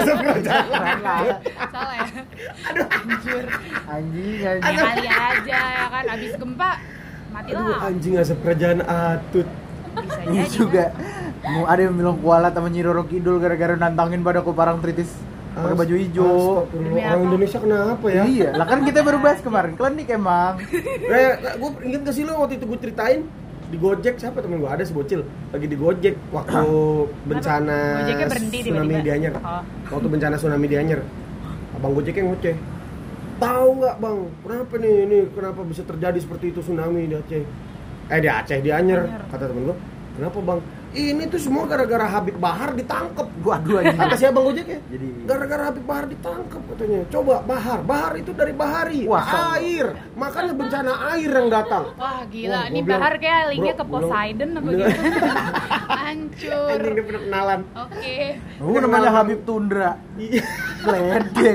Salah ya? Anjir. Anjing. Ya kali aja ya kan, abis gempa mati Aduh, lah. anjing asap kerajaan atut. Bisa Ini jadi. juga ada yang bilang kualat sama Nyi Roro Kidul gara-gara nantangin pada Kuparang Tritis pakai baju hijau. Astagfirullah, Demi orang apa? Indonesia kenapa ya? Iya, lah kan kita baru bahas kemarin klinik emang. Gue inget gak sih lo waktu itu gue ceritain di Gojek, siapa temen gue, ada si bocil lagi di Gojek waktu bencana Gojeknya berhenti tsunami tiba-tiba. di Anyer. Oh. Waktu bencana tsunami di Anyer, abang Gojeknya ngoceh. Tahu nggak bang, kenapa nih ini kenapa bisa terjadi seperti itu tsunami di Aceh? Di Aceh, di Anyer. Kata temen gue, kenapa bang? Ini tuh semua gara-gara Habib Bahar ditangkep. Waduh anjing. Kata siapa bang Gojek ya? Jadi Gara-gara Habib Bahar ditangkap katanya. Coba Bahar itu dari bahari, Wah, air. Makanya bencana air yang datang. Wah gila, Wah, ini gua bilang, Bahar kayak linknya bro, ke gua bilang, Poseidon apa bener. gimana? Hancur. Anjing dia pernah kenalan. Oke. namanya Habib Tundra. Iya. Ledek.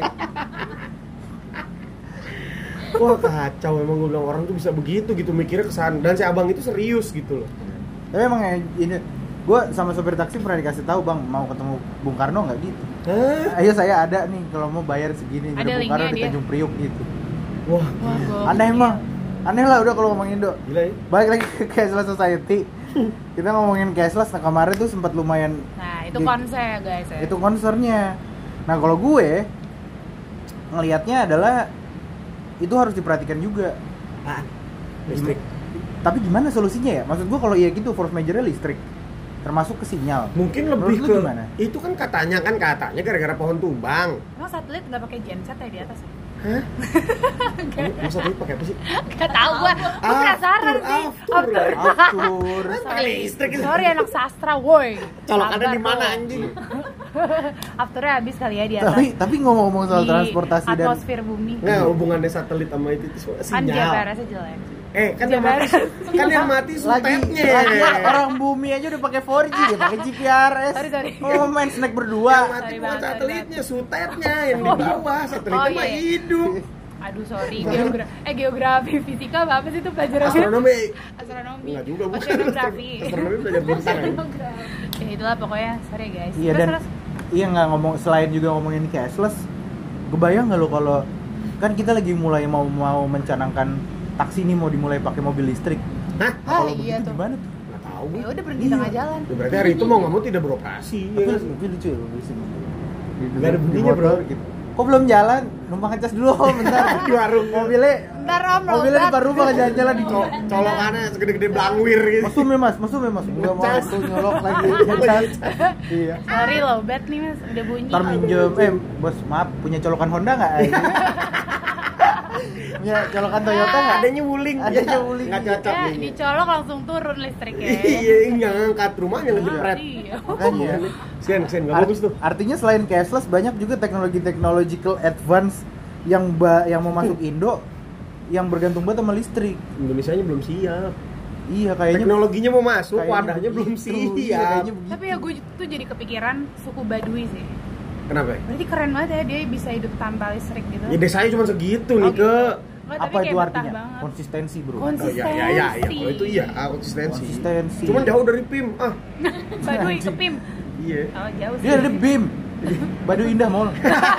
Wah kacau emang, gue bilang orang tuh bisa begitu gitu mikirnya kesana. Dan si abang itu serius gitu loh. Tapi emang ini gue sama sopir taksi pernah dikasih tahu, "Bang, mau ketemu Bung Karno nggak?" gitu. Hah? Ayo saya ada nih kalau mau bayar segini. Ada Bung Karno linknya di dia. Tanjung Priuk gitu. Wah Wah, gokil. Aneh emang. Aneh lah udah kalau ngomongin Indo. gila ya. Balik lagi ke cashless society. Kita ngomongin cashless, nah kemarin tuh sempat lumayan Nah, itu konser ya guys ya. itu concernnya. Nah kalau gue ngelihatnya adalah itu harus diperhatikan juga. Apaan? Listrik. Tapi gimana solusinya ya? Maksud gue kalau iya gitu force majornya listrik, termasuk ke sinyal. Mungkin Menurut lebih lu ke gimana? itu kan katanya gara-gara pohon tumbang. Emang satelit nggak pakai genset ya di atas ya? Hah? Kamu satelit pakai apa sih? Gak tau gua penasaran sih. Aftur. Pakai listrik itu. Sorry anak sastra, woi. Colokannya Sabar di mana dong. anjing? Afternya habis kali ya di atas. Tapi ngomong-ngomong soal Di transportasi dan atmosfer bumi. Nah, hubungannya satelit sama itu semua Kan sinyal. JPRS-nya jelek. Kan yang mati, kan yang mati sutetnya. lagi orang bumi aja udah pakai 4G, dia pakai GPRS. Sorry. Oh, main snack Yang berdua. mati Sorry bukan banget, satelitnya, sutetnya yang di bawah. Satelitnya Oh, iya, mah iya. hidup. Aduh sorry, geografi, fisika apa sih itu pelajaran? Astronomi. Astronomi. Enggak juga, bukan. Oceanografi. Astronomi belajar bintang. Ya itulah pokoknya, sorry guys. Iya dan iya nggak ngomong selain juga ngomongin cashless, kebayang nggak lo kalau kan kita lagi mulai mau mencanangkan taksi ini mau dimulai pakai mobil listrik. Hah? Nah, kalau iya begitu tuh. gimana tuh? Nggak tahu gue. Ya udah berhenti Iya. tengah jalan. Ya, berarti hari itu mau nggak mau tidak beroperasi. Ya nggak sih? Tapi lucu ya mobil listrik. Nggak ada bunyinya, bro. Gitu. Kok belum jalan? Numpang ngecas dulu om, bentar. Di warung. Mobilnya Bentar om, mobilnya di depan rumah nggak jalan-jalan di Colokannya segede-gede blangwir gitu. Masuk ya mas. Gua mau Ngecas. tuh nyolok lagi ngecas. Iya. Sorry low bet nih mas, udah bunyi. Ntar minjem, bos maaf punya colokan Honda nggak? Punya colokan Toyota nggak? Adanya wuling. Adanya wuling. Nggak cocok. Ya, nih. dicolok langsung turun listriknya. Iya, nggak ngangkat rumahnya lebih pret. Iya. Makanya. Sen, nggak bagus tuh. Artinya selain cashless banyak juga technological advance yang mau masuk Indo yang bergantung banget sama listrik. Indonesianya belum siap. Iya kayaknya Teknologinya mau masuk, kayaknya wadahnya belum begitu. Iya, siap. kayaknya begitu. Tapi ya gue tuh jadi kepikiran suku Baduy sih. Kenapa ya? Berarti keren banget ya dia bisa hidup tanpa listrik gitu. Ya desanya cuma segitu Oh, nih gitu. ke. Nggak, tapi Apa kayak itu betah artinya? banget. Konsistensi, bro. Oh iya. Kalau itu iya, konsistensi. Konsistensi. Cuman jauh dari PIM. Baduy ke PIM. Iya. Oh jauh sih. Dia ada BIM. Baduy Indah Mall.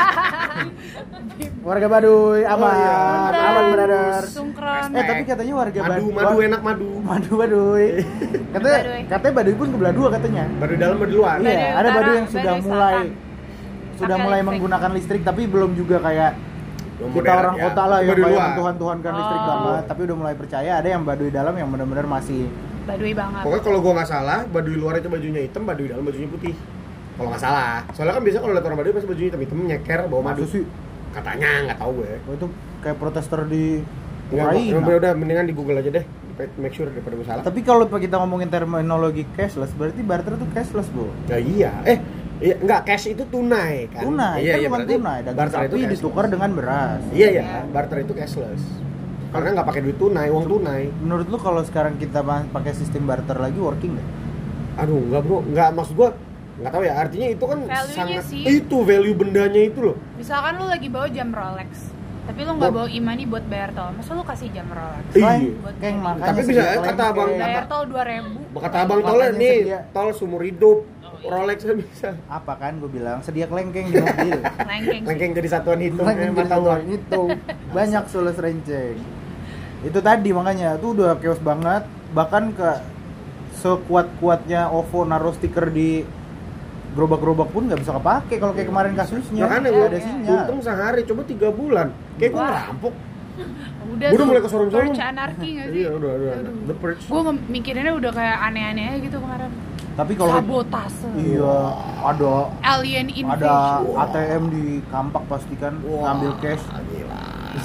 Warga Baduy aman, Oh, iya. aman brother. Sungkron. Tapi katanya warga Madu enak madu. Madu Baduy. Katanya Baduy. katanya Baduy pun kebelah dua katanya. Baduy dalam, baduy luar. Baduy Iya, ada Utara, Baduy yang sudah Baduy mulai Selatan. Pakai listrik. menggunakan listrik tapi belum juga kayak Belum kita modern, orang ya. kota lah yang Baduy banyak luar. Tuhan-tuhankan listrik Oh. banget, tapi udah mulai percaya. Ada yang Baduy dalam yang benar-benar masih Baduy banget. Pokoknya kalau gua nggak salah, Baduy luar itu bajunya hitam, Baduy dalam bajunya putih. Kalau nggak salah. Soalnya kan biasa kalau lihat orang Baduy pasti bajunya hitam nyeker bawa madu. Masa sih? Katanya nggak tahu gue. Oh, itu kayak protester di Enggak, Ukraina. udah mendingan di Google aja deh. Make sure daripada gue salah. Tapi kalau kita ngomongin terminologi cashless, berarti barter itu cashless, Bro. Ya iya. Iya, enggak, cash itu tunai kan. Tunai, Iya, kan iya, bukan berarti tunai, daging barter itu sapi cashless. ditukar dengan beras. Iya, iya, barter itu cashless. Karena nggak pakai duit tunai, uang tunai. Menurut lu kalau sekarang kita pakai sistem barter lagi working nggak? Aduh, enggak bro, enggak, maksud gua nggak tahu ya. Artinya itu kan Value-nya sangat sih. itu value bendanya itu loh. Misalkan lu lagi bawa jam Rolex, tapi lu nggak bawa e-money buat bayar tol, masa lu kasih jam Rolex? Iya. Kayak makanya Tapi bisa, sedia kata klaim abang, kayak- Bayar tol 2.000. Kata abang tolnya Makanya nih, sedia. tol seumur hidup, Rolex bisa. apa kan gue bilang sedia kelengkeng di mobil. Lengkeng. Lengkeng jadi satuan hitung, Kelengkeng mata jadi uang. itu banyak sulus renceng. Itu tadi makanya tuh udah chaos banget, bahkan ke sekuat-kuatnya OVO naruh stiker di gerobak-gerobak pun nggak bisa kepake kalau kayak kemarin kasusnya. Makanya Iya, gua ada iya. sinyal. untung sehari, coba 3 bulan. Kayak gua Wah. ngerampok. Udah Gua udah tuh, mulai ke showroom-showroom. Purge anarki nggak sih? Iya, udah. Aduh. The Purge. Gue mikirinnya udah kayak aneh-aneh aja gitu kemarin. Tapi kalau Sabotase. iya ada Alien ada invasion. ATM di Kampak pasti kan Wah, ngambil cash. Gila.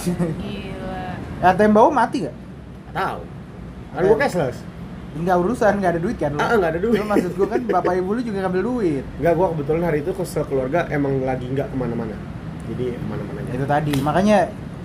Gila. ATM bawah mati nggak? Nggak tahu. Kan gua cashless. Nggak urusan, nggak ada duit kan lu? Nggak ada duit. Cuma maksud gua kan bapak ibu lu juga ngambil duit. Enggak, gua kebetulan hari itu ke keluarga emang lagi nggak kemana-mana. Jadi kemana-mana aja. Itu tadi, makanya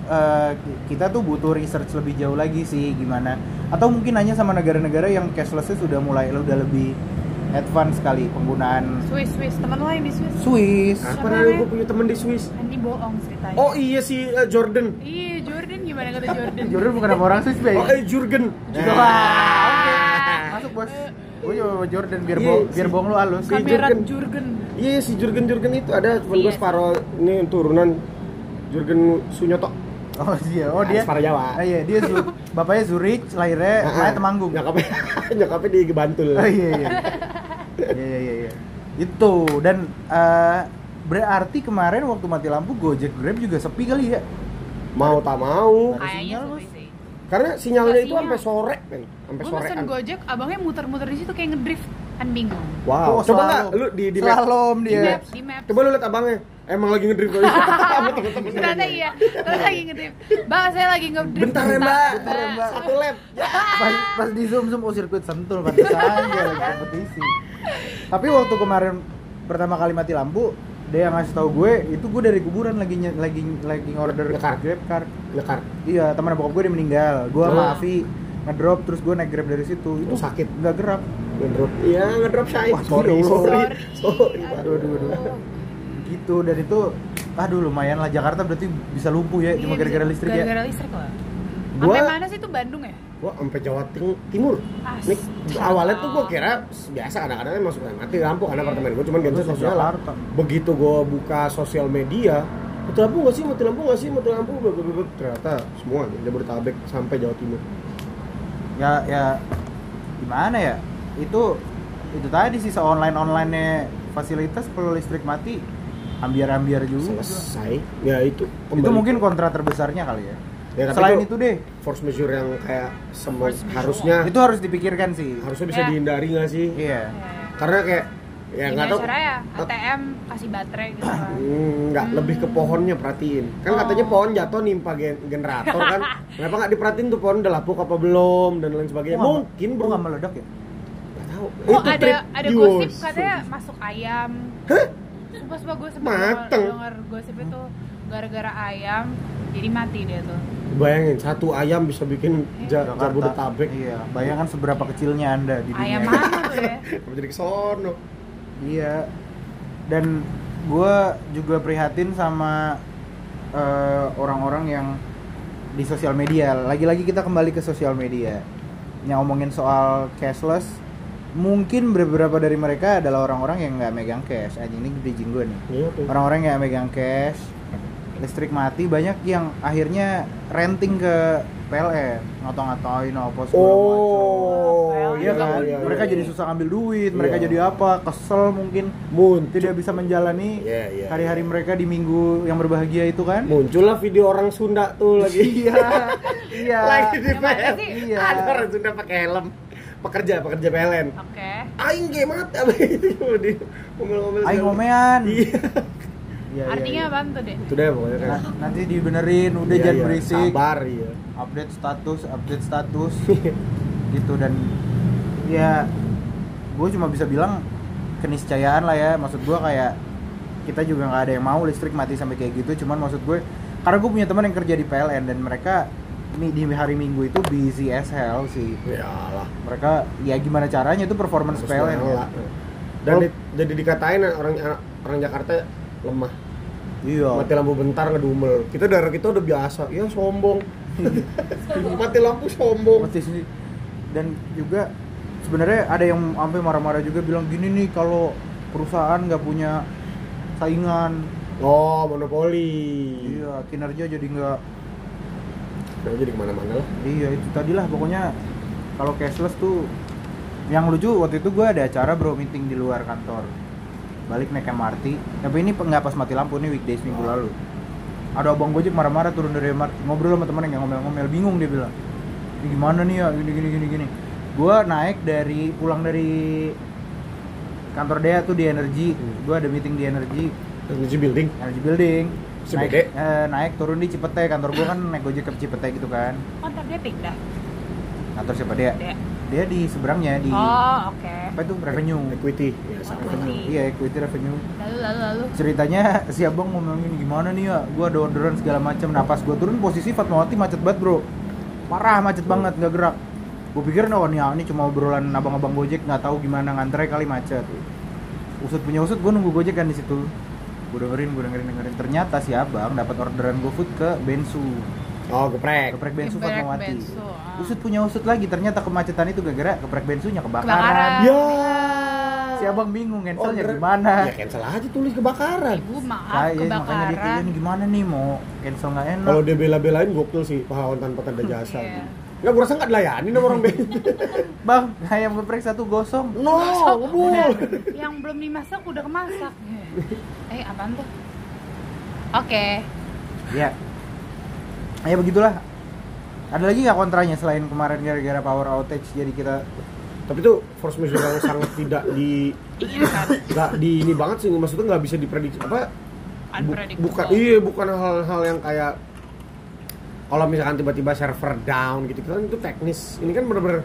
kita tuh butuh research lebih jauh lagi sih gimana. Atau mungkin hanya sama negara-negara yang cashless-nya sudah lebih advance kali penggunaan Swiss, temen lo yang di Swiss. Swiss. Apa Siapa namanya? namanya? Gue punya temen di Swiss. Ini bohong ceritanya. Oh iya si Jordan. Iya, Jordan gimana kata Jordan? Jordan bukan nama orang Swiss, Bay. Oh Jurgen. Wah, oke. Masuk, Bos. Gue juga bawa Jordan biar Iya, biar si- bohong lu halus. si- Kamerat Jurgen. Jurgen. Iya si Jurgen itu ada temen gue Iya. separuh ini turunan Jurgen Sunyoto. Oh iya, oh dia. Separuh Jawa. Ah, iya, dia bapaknya Zurich, lahirnya Temanggung. Nyokapnya di Bantul. Oh iya iya. Iya. Itu dan berarti kemarin waktu mati lampu Gojek Grab juga sepi kali ya. Mau tak mau. Ada Kayaknya sinyal, sepi Bos. sih. Karena sinyalnya Nggak itu sinyal. sampai sore, men. Sampai Gue sorean. pesen Gojek, abangnya muter-muter di situ kayak ngedrift, kan bingung. Wow. Oh, Coba nggak slalom. lu di map. Slalom Di dia. maps, di maps. Coba lu lihat abangnya. Emang lagi ngedrift kali. Ternyata iya, ternyata lagi ngedrift. Bang, saya lagi ngedrift. Bentar ya, Mbak. Bentar ya, Mbak. Satu lap. Pas di zoom oh sirkuit Sentul pantas aja lagi kompetisi. Tapi waktu kemarin pertama kali mati lampu, dia yang ngasih tahu gue itu gue dari kuburan lagi ngorder Ngekar. Grab car. Lekar. Iya, teman bokap gue dia meninggal. Gue Oh. sama Avi ngedrop terus gue naik Grab dari situ. Itu Oh, sakit. nggak gerak. Ngedrop. Iya, ngedrop shy. Wah, sorry. Sorry. Aduh. Aduh. Gitu dan itu aduh lumayan lah, Jakarta berarti bisa lumpuh ya cuma Iya, gara-gara bisa. listrik Gara-gara listrik lah. Gua- Sampai mana sih itu Bandung ya? Gua sampai Jawa Timur. Nih, Astaga. awalnya tuh gua kira biasa kadang-kadang masuk mati lampu karena apartemen gua cuman genset Terus sosial. Jakarta. Begitu gua buka sosial media, mati lampu nggak sih, mati lampu nggak sih, mati lampu blablabla. Ternyata semua Jabodetabek sampai Jawa Timur. Ya gimana ya, itu tadi sih online-nya fasilitas kalau listrik mati ambiar juga. Selesai. Ya itu. Itu kembali mungkin ke- kontra terbesarnya kali ya. Ya, tapi Selain itu deh, force majeure yang kayak Force majeure. harusnya itu harus dipikirkan sih. harusnya bisa Ya. dihindari nggak sih? Iya. Karena kayak ya nggak tahu. cara ya ATM kasih baterai gitu kan. Nggak, lebih ke pohonnya perhatiin. Kan katanya pohon jatuh nimpa generator kan. Kenapa nggak diperhatiin tuh pohon udah lapuk apa belum dan lain sebagainya. Mungkin bro nggak meledak ya. nggak tahu. Oh, Itu ada trik gosip Yos. katanya masuk ayam. Hah? Sumpah gue sempet Mateng. denger gosip itu gara-gara ayam jadi mati dia tuh. Bayangin satu ayam bisa bikin Jabodetabek. Iya, bayangkan seberapa kecilnya Anda di dunia. Ayam mana tuh ya? Apa jadi kesono? Iya. Dan gue juga prihatin sama orang-orang yang di sosial media. Lagi-lagi kita kembali ke sosial media. Yang ngomongin soal cashless, mungkin beberapa dari mereka adalah orang-orang yang nggak megang cash. Anjing ini bridging gue nih. Iya tuh. Orang-orang yang nggak megang cash, listrik mati, banyak yang akhirnya renting ke PLN, ngata-ngatain apa segala Oh, macam. Iya kan? Mereka jadi susah ngambil duit, mereka Iya. jadi apa? Kesel mungkin, tidak bisa menjalani Iya. hari-hari mereka di minggu yang berbahagia itu kan? Muncullah video orang Sunda tuh lagi. Iya. Lagi di Yang mana PLN. sih? Iya. Ada orang Sunda pakai helm. Pekerja PLN. Oke. Aing ge mati apa itu di ngomel-ngomel. Aing ngomean. Iya. Iya, Artinya iya. apaan tuh, Dek? Itu deh pokoknya kan. Nanti dibenerin, udah Iya, jangan iya. berisik. Sabar ya. Update status gitu. Dan ya gue cuma bisa bilang keniscayaan lah ya, maksud gue kayak kita juga nggak ada yang mau listrik mati sampai kayak gitu. Cuman maksud gue, karena gue punya teman yang kerja di PLN dan mereka di hari Minggu itu busy as hell sih. Yalah. Mereka ya gimana caranya itu performance Harus PLN nyala. gitu. Dan Oh. jadi dikatain orang Jakarta lemah. Iya. Mati lampu bentar ngedumel. Daerah kita udah biasa. Ya sombong. Mati lampu sombong. Mati sih. Dan juga sebenarnya ada yang sampai marah-marah juga bilang gini nih, kalau perusahaan nggak punya saingan, Oh, monopoli. iya kinerja jadi nggak. Nah, jadi kemana-mana lah. Iya itu tadilah pokoknya kalau cashless tuh yang lucu waktu itu gue ada acara bro, meeting di luar kantor, balik naik MRT, tapi ini nggak pas mati lampu, ini weekdays minggu lalu. Ada abang Gojek marah-marah turun dari MRT, ngobrol sama temen yang ngomel-ngomel, bingung dia bilang, ini gimana nih ya, gini. Gue naik pulang dari kantor Dea tuh di Energy, gue ada meeting di Energy Building. CBD. naik turun di Cipete, kantor gue kan naik Gojek ke Cipete gitu kan. Kontak dia pindah. Kantor siapa Dea? Dek. Dia di seberangnya di Oh, oke. apa itu revenue. Equity. Ya, sama. Equity. Iya, equity revenue. Lalu. Ceritanya si abang ngomongin gimana nih ya, gua ada orderan segala macam. Nah pas gua turun posisi Fatmawati macet banget bro, parah macet banget, nggak gerak. Gua pikir ini cuma obrolan abang-abang Gojek nggak tahu gimana ngantre kali macet. Usut punya usut, gua nunggu Gojek kan di situ. Gua dengerin. Ternyata si abang dapat orderan GoFood ke Bensu. Oh, geprek. Geprek Bensu Geprek Fatmawati. Bensu, ah. Usut punya usut lagi, ternyata kemacetan itu gara-gara geprek Bensunya Kebakaran. kebakaran. Ya. Si abang bingung cancelnya Order- gimana. Ya cancel aja tulis kebakaran. Ibu maaf Nah, iya, makanya dia kebakaran. kayak ini gimana nih, mau cancel nggak enak. Kalau dia bela-belain gokil sih, pahlawan tanpa tanda jasa. Iya. Nggak, gue rasa nggak dilayani sama orang beda. Bang, ayam geprek satu gosong. No, ngebul. Yang belum dimasak udah kemasak. Apaan tuh? Oke. Ya. Ya begitulah. Ada lagi nggak kontranya selain kemarin gara-gara power outage jadi kita Tapi itu force majeure yang sangat tidak Inginkan. nggak di ini banget sih, maksudnya nggak bisa diprediksi apa. Unpredictable. Bukan hal-hal yang kayak kalau misalkan tiba-tiba server down gitu kan, itu teknis. Ini kan bener-bener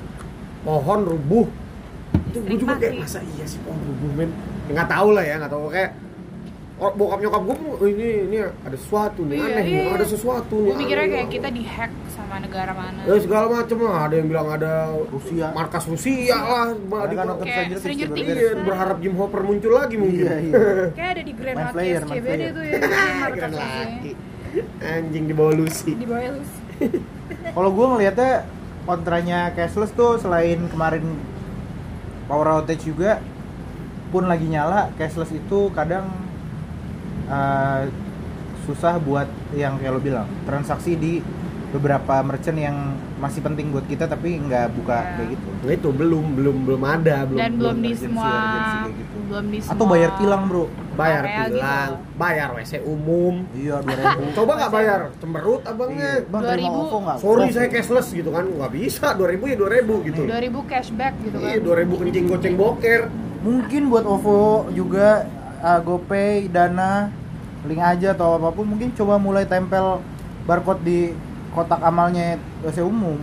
pohon rubuh. Itu gue juga kayak Mati. masa iya sih pohon rubuh men. Ya, nggak tahu lah ya, nggak tahu kayak bokap nyokap gue ini ada sesuatu nih, aneh nih, ada sesuatu nih. Gue mikirnya aneh. kayak kita dihack sama negara mana. Ya segala macem lah, ada yang bilang ada Rusia. markas Rusia lah, Ada kan nonton Kayak Stranger Stranger Things Things. juga. iya, berharap Jim Hopper muncul lagi mungkin. Iya, iya. Kayak ada di Grand Main Market player, main SCBD player. tuh ya. Keren lagi. Anjing di bawah Lucy. Di bawah Lucy. Kalau gue ngelihatnya kontranya cashless tuh selain kemarin power outage juga pun lagi nyala, cashless itu kadang susah buat yang kayak lo bilang transaksi di beberapa merchant yang masih penting buat kita tapi nggak buka Iya. kayak gitu. Nah itu belum ada, Dan belum di urgency, semua kayak gitu. belum di semua Atau bayar tilang bro. bayar area tilang, gitu. bayar WC umum. Iya 2.000. Coba nggak bayar, cemberut abangnya. Iya. Bang terima 2.000. OVO nggak? Sorry saya cashless gitu kan, nggak bisa, 2.000 ya 2.000 gitu. 2000 cashback gitu kan. Iya, 2.000 kencing goceng boker. Mungkin buat OVO juga GoPay, Dana, link aja atau apapun mungkin coba mulai tempel barcode di kotak amalnya WC umum.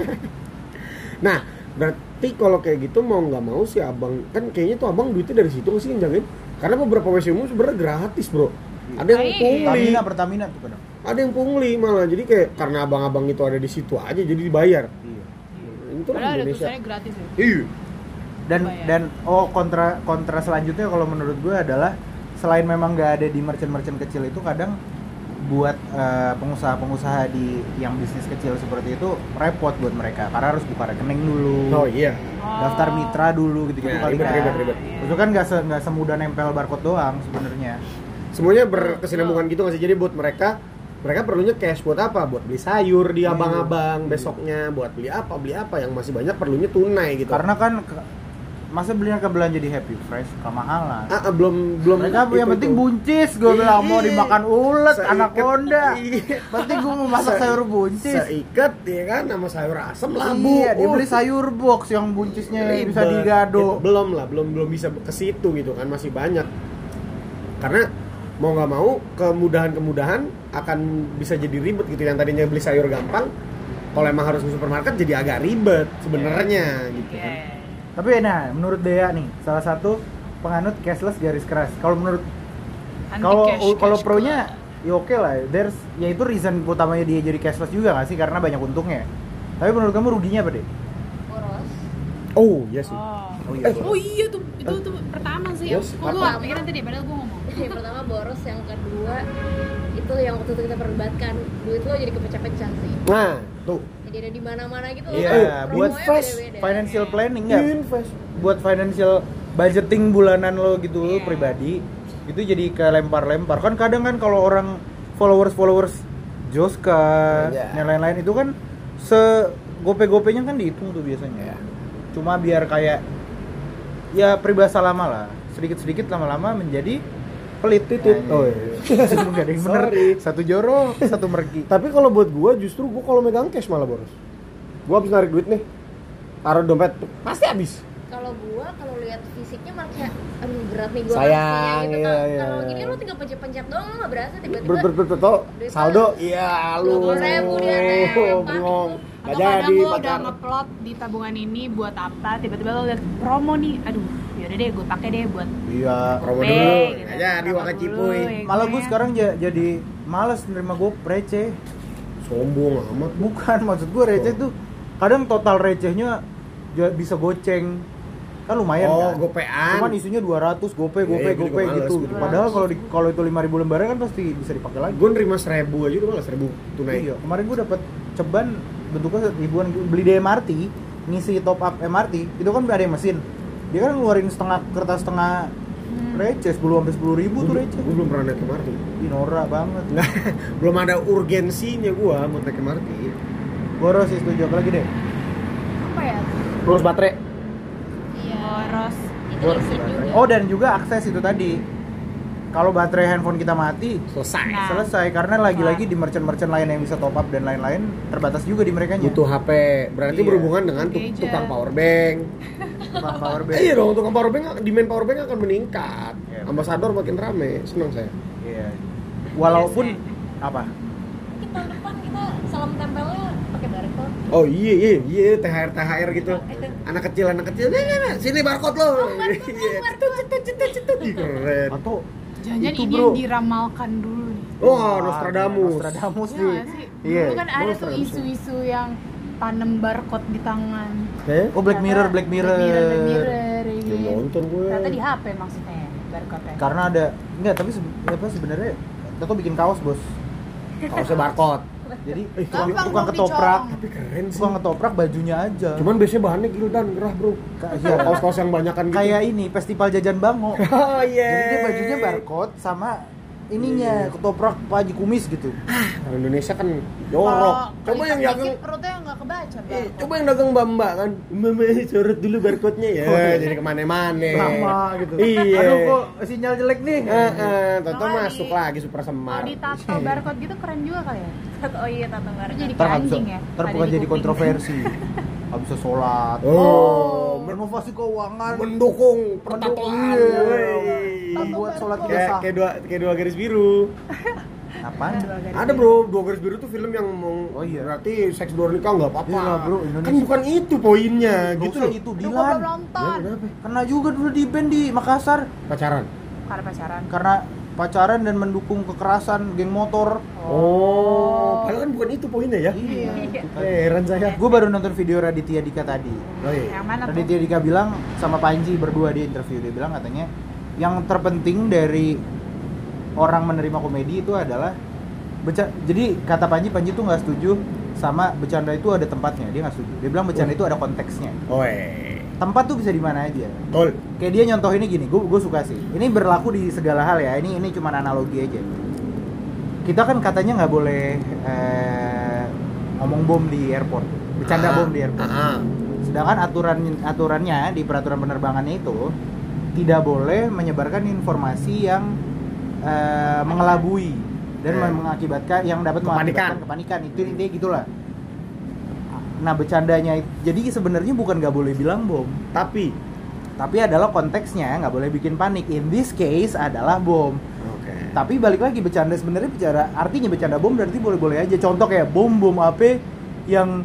Nah, berarti kalau kayak gitu mau nggak mau sih abang, kan kayaknya tuh abang duitnya dari situ sih jangan. Karena beberapa WC umum sebenarnya gratis bro. Ada yang Iya. pungli, Pertamina tuh kadang. ada yang pungli malah. Jadi kayak karena abang-abang itu ada di situ aja jadi dibayar. Iya. Itu lah Padahal ada Indonesia. tulisannya gratis ya. Iya. Dan kontra selanjutnya kalau menurut gue adalah selain memang nggak ada di merchant-merchant kecil itu kadang buat pengusaha-pengusaha di yang bisnis kecil seperti itu repot buat mereka karena harus buka rekening dulu. Oh iya. Daftar mitra dulu gitu-gitu Ya, kali kan. ribet. Itu kan nggak semudah nempel barcode doang sebenarnya. Semuanya berkesinambungan gitu nggak sih? Jadi buat mereka perlunya cash buat apa? Buat beli sayur di abang-abang besoknya, buat beli apa yang masih banyak perlunya tunai gitu. Karena kan masa belinya ke belanja di Happy Fresh kemahalan. belum Mereka yang penting buncis, gue bilang mau dimakan ulet, Seikat. anaconda. Iya. Penting gue mau masak sayur buncis. Seikat ya kan sama sayur asem labu. Iya, dia beli sayur box yang buncisnya Ribet. bisa digado. Itu belum bisa ke situ gitu kan, masih banyak. Karena mau nggak mau kemudahan akan bisa jadi ribet gitu. Yang tadinya beli sayur gampang, kalau emang harus ke supermarket jadi agak ribet sebenarnya gitu kan. Iya. Tapi nah, menurut Dea nih, salah satu penganut cashless garis keras. Kalau menurut kalau pro-nya ya oke lah. Ya itu reason utamanya dia jadi cashless juga nggak sih? Karena banyak untungnya. Tapi menurut kamu ruginya apa deh? Boros. Oh iya sih. Oh iya tuh, itu pertama sih. Yes, Kok gua pikiran tadi padahal gua ngomong. Yang pertama boros, yang kedua itu yang waktu itu kita perdebatkan, duit lo jadi kepecah-pecah sih. Nah tuh. Jadi ada di mana-mana gitu. Iya, loh. buat Promonya fast beda-beda. financial Kayak- planning nggak? Invest. Buat financial budgeting bulanan lo gitu lo Iya. pribadi itu jadi kelempar-lempar kan kadang kan kalau orang followers Joska Iya. yang lain-lain itu kan gope-gopenya kan dihitung tuh biasanya cuma biar kayak ya peribahasa lama lah sedikit-sedikit lama-lama menjadi pelit titit. Oh iya. Nggak ada yang bener. Sorry. Satu jorok, satu mergi. Tapi kalau buat gua justru gua kalau megang cash malah boros. Gua habis narik duit nih, taruh dompet pasti habis. Kalau gua kalau lihat fisiknya malah kayak aduh berat nih gua Sayang, ngasihnya gitu. iya, iya, Kalau iya. gini lo tinggal pencet-pencet doang lo nggak berasa tiba-tiba Berbetul duit saldo. lo Iya, lu. 20.000 dia nempel. Bengong. Gak Atau kadang jadi lo udah pacar. ngeplot di tabungan ini buat apa, tiba-tiba lo liat promo nih, aduh yaudah deh gue pakai deh buat Iya. Promo Gope, dulu. gitu. Nggak jadi Promo makan dulu, cipuy. ya Malah kan gue ya. sekarang jadi males nerima gue receh. Sombong amat. Bukan, maksud gue receh tuh kadang total recehnya bisa goceng. Kan lumayan Oh, kan. gopean. Cuman isunya 200 gope Iya, iya, gue juga gitu. males. Padahal kalau itu 5.000 lembaran kan pasti bisa dipakai lagi. Gue nerima 1.000 aja udah malah 1.000 tunai. Iya, kemarin gue dapat ceban bentuknya ribuan beli di MRT, ngisi top up MRT, itu kan ada yang mesin. Dia kan ngeluarin setengah receh 10 ribu tuh receh. Gue belum pernah naik MRT. Ih, norak banget. Belum ada urgensinya gue mau naik MRT. Boros sih setuju apa lagi deh. apa ya? Boros baterai. Iya. boros. Itu Boros. listrik juga. Oh, dan juga akses itu tadi. Kalau baterai handphone kita mati, Selesai. Nah. selesai karena lagi-lagi di merchant-merchant lain yang bisa top up dan lain-lain terbatas juga di merekanya. Butuh HP. Berarti Iya. berhubungan dengan Gadget. tukang power bank. Tukang power bank. Iya dong, tukang power bank, demand power bank akan meningkat. Iya. Ambasador makin rame, senang saya. Iya. Walaupun Biasa. apa? Mungkin tahun depan kita salam tempelnya pakai barcode. Oh iya, THR gitu. Anak kecil, nah, sini barcode lo. Iya, cetut. Ih, keren. Atau Jangan-jangan Itu, ini bro. yang diramalkan dulu nih. Oh, Nostradamus. Nostradamus Iya nih. nggak sih? Iya. Dulu kan ada tuh isu-isu yang tanam barcode di tangan. Kayak Oh, Black Mirror, Black Mirror. Black Mirror, ya gitu. nonton gue. Ternyata di HP maksudnya barcode-nya. Karena ada enggak, tapi apa sebenarnya Toto bikin kaos, Bos. Kaosnya barcode. Jadi Gampang tukang dong ketoprak, dicolong. Tapi keren sih. tukang ketoprak bajunya aja. Cuman biasanya bahannya gildan, gerah bro. Iya. Kaos-kaos yang banyakan gitu. Kayak ini festival jajan Bango. Oh iya. Jadi dia bajunya barcode sama ininya ketoprak Pak Haji Kumis gitu. Orang Indonesia kan jorok. Coba yang dikit, dagang perutnya nggak kebaca barcode. coba yang dagang mbak kan, mbak coret dulu barcode-nya ya, jadi kemana-mana. Lama gitu. Iya. Aduh kok sinyal jelek nih. Toto Kalau masuk di- lagi Super Semar. Kalau ditato barcode gitu keren juga kali ya. Oh iya, tato bareng. Jadi Ntar kayak nggak bisa, anjing ya. ntar ada bukan di jadi kuping. kontroversi. Nggak bisa sholat. Oh, Renovasi keuangan. mendukung pertatoan. Iya. Wey. Membuat sholat tidak Kayak sah. kayak dua garis biru. Apaan? Ada bro, dua garis biru tuh film yang mau Oh iya. berarti seks luar nikah nggak apa-apa. Iya lah, bro, Indonesia. Kan bukan itu poinnya, Nggak gitu usah loh. itu Aduh, Dilan. gua belum nonton. Kenapa? Kena juga dulu di band di Makassar Pacaran. Karena pacaran. karena pacaran dan mendukung kekerasan geng motor. Oh, padahal kan bukan itu poinnya ya. Iya. Heran saya. Gue baru nonton video Raditya Dika tadi. Oh iya. Yang mana tuh? Raditya Dika bilang sama Panji berdua di interview, dia bilang katanya yang terpenting dari orang menerima komedi itu adalah jadi kata Panji tuh nggak setuju sama bercanda itu ada tempatnya, dia nggak setuju. Dia bilang bercanda itu ada konteksnya. Oi. Tempat tuh bisa di mana aja. Betul. Kayak dia nyontohinnya gini, gue suka sih. Ini berlaku di segala hal ya. Ini cuma analogi aja. Kita kan katanya nggak boleh ngomong bom di airport, bercanda bom di airport. Sedangkan aturannya di peraturan penerbangannya itu tidak boleh menyebarkan informasi yang mengelabui dan mengakibatkan yang dapat mengakibatkan kepanikan. Itu intinya gitulah. Nah, bercandanya jadi sebenarnya bukan nggak boleh bilang bom, tapi adalah konteksnya nggak boleh bikin panik. In this case adalah bom. Oke. Tapi balik lagi bercanda sebenarnya artinya bercanda bom berarti boleh-boleh aja. Contoh kayak bom apa yang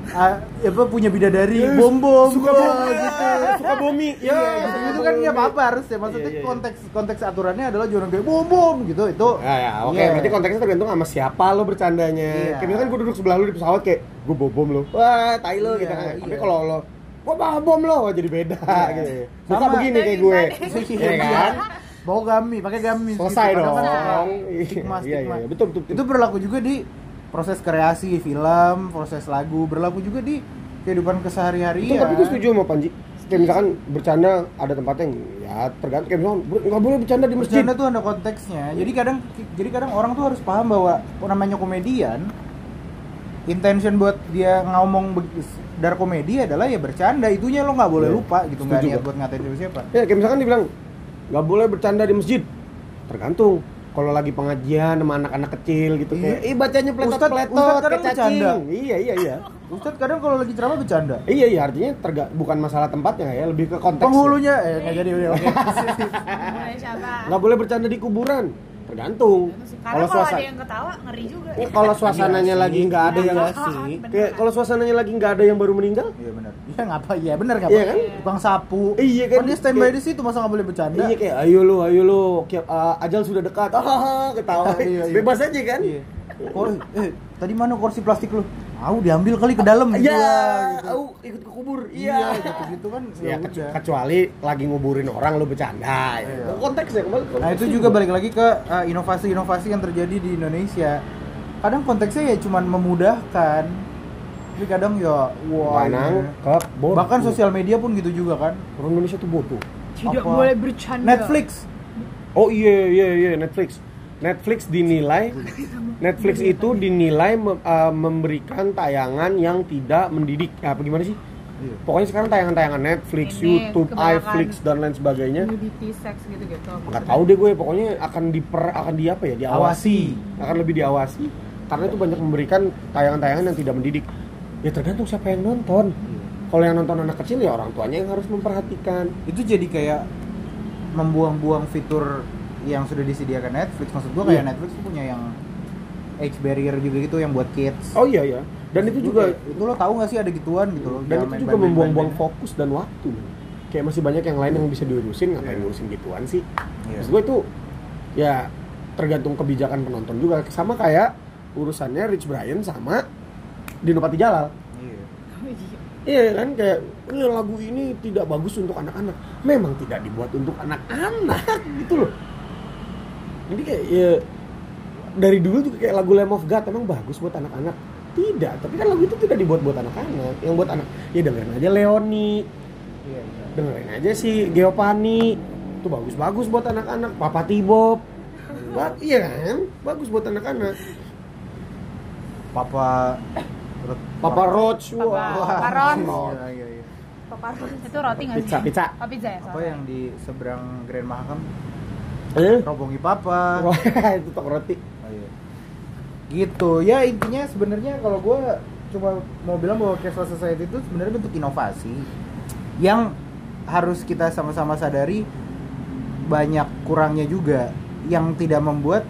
punya bidadari bom suka gitu. suka bomi. Ya, gitu, itu kan nggak apa-apa harusnya. Maksudnya Iya. konteks aturannya adalah jangan kayak bom gitu. Itu. Ya, oke. Iya. Berarti konteksnya tergantung sama siapa lo bercandanya. Iya. Kayak misalkan gue duduk sebelah lo di pesawat kayak gue bawa bom lo. Wah, tai lo Iya, gitu kan. Tapi iya. kalau lo gue bawa bom lo jadi beda gitu. Suka Sama. begini kayak gue. Iya kan? Bawa gami, pakai gami. Selesai gitu. dong. Padahal kan Iya, stigma. iya, betul. Itu berlaku juga di proses kreasi film, proses lagu, berlaku juga di kehidupan kesehari-harian. Tapi gue setuju sama Panji. Kayak misalkan bercanda ada tempatnya ya tergantung. Kayak misalkan nggak boleh bercanda di masjid. Bercanda tuh ada konteksnya. Jadi kadang orang tuh harus paham bahwa namanya komedian, intention buat dia ngomong dar komedi adalah ya bercanda. Itunya lo nggak boleh Iya. lupa gitu, nggak Setuju, niat Pak. buat ngatain siapa. Ya kayak misalkan dibilang nggak boleh bercanda di masjid. Tergantung. Kalau lagi pengajian sama anak-anak kecil gitu Iya. kayak bacanya Ustadz pletot-pletot kadang kayak cacing. bercanda. Iya. Ustadz kadang kalau lagi ceramah bercanda. Iya, artinya bukan masalah tempatnya ya, lebih ke konteks. Penghulunya nggak jadi udah oke. Mulai siapa? Nggak boleh bercanda di kuburan. Tergantung. Karena kalau ada yang ketawa ngeri juga. Kalau suasananya Iya lagi sih. nggak ada yang Iya sih. kayak kalau suasananya lagi nggak ada yang baru meninggal. Iya benar. Iya ngapa? Iya benar nggak? Iya kan? Tukang sapu. Iya kan? Kan dia standby di situ masa nggak boleh bercanda? Iya kayak ayo lu, ajal sudah dekat. Ketawa. Iya. Bebas aja kan? Iya. Tadi mana kursi plastik lu? Diambil kali ke dalam gitu Iya, lah. Gitu. ikut ke kubur. Iya, gitu-gitu kan. Ya, udah. kecuali lagi nguburin orang lu bercanda. Iya. Konteksnya kembali. Nah itu juga balik lagi ke inovasi-inovasi yang terjadi di Indonesia. Kadang konteksnya ya cuman memudahkan, tapi kadang ya wah. Nangkep, bodoh. Bahkan sosial media pun gitu juga kan. Orang Indonesia tuh bodoh. Tidak Apa? boleh bercanda. Netflix. Oh iya Netflix. Netflix itu dinilai memberikan tayangan yang tidak mendidik. Apa gimana sih? Iya. Pokoknya sekarang tayangan-tayangan Netflix, Ini, YouTube, kebanyakan iFlix dan lain sebagainya. Nudity, seks gitu-gitu. Nggak tahu deh gue, pokoknya akan diawasi. Awasi. Akan lebih diawasi karena itu banyak memberikan tayangan-tayangan yang tidak mendidik. Ya tergantung siapa yang nonton. Kalau yang nonton anak kecil ya orang tuanya yang harus memperhatikan. Itu jadi kayak membuang-buang fitur yang sudah disediakan Netflix. Maksud gua kayak Iya. Netflix tuh punya yang age barrier juga gitu yang buat kids. Oh iya. Dan itu juga itu lo tahu nggak sih ada gituan gitu loh. dan Jangan itu main juga main-main membuang-buang main-main. fokus dan waktu. Kayak masih banyak yang lain yang bisa diurusin, ngapain ngurusin gituan sih? Iya. Maksud gue itu Ya tergantung kebijakan penonton juga, sama kayak urusannya Rich Brian sama Dino Patijalal. Iya kan, kayak lagu ini tidak bagus untuk anak-anak. Memang tidak dibuat untuk anak-anak gitu loh. Jadi kayak ya dari dulu juga kayak lagu Lamb of God emang bagus buat anak-anak. Tidak, tapi kan lagu itu tidak dibuat buat anak-anak. Yang buat anak, ya dengerin aja Leoni. Iya. Dengerin aja si Geopani. Itu bagus-bagus buat anak-anak. Papa T-Bob. Iya kan? Bagus buat anak-anak. Papa Roach, Papa Ron. Iya. Itu roti nggak sih? Pizza. Oh, pizza ya. Apa yang di seberang Grand Mahakam? Eh? Robongi Papa. Itu tok roti. Oh, iya. Gitu ya, intinya sebenarnya kalau gue cuma mau bilang bahwa Cashless Society itu sebenarnya bentuk inovasi yang harus kita sama-sama sadari banyak kurangnya juga, yang tidak membuat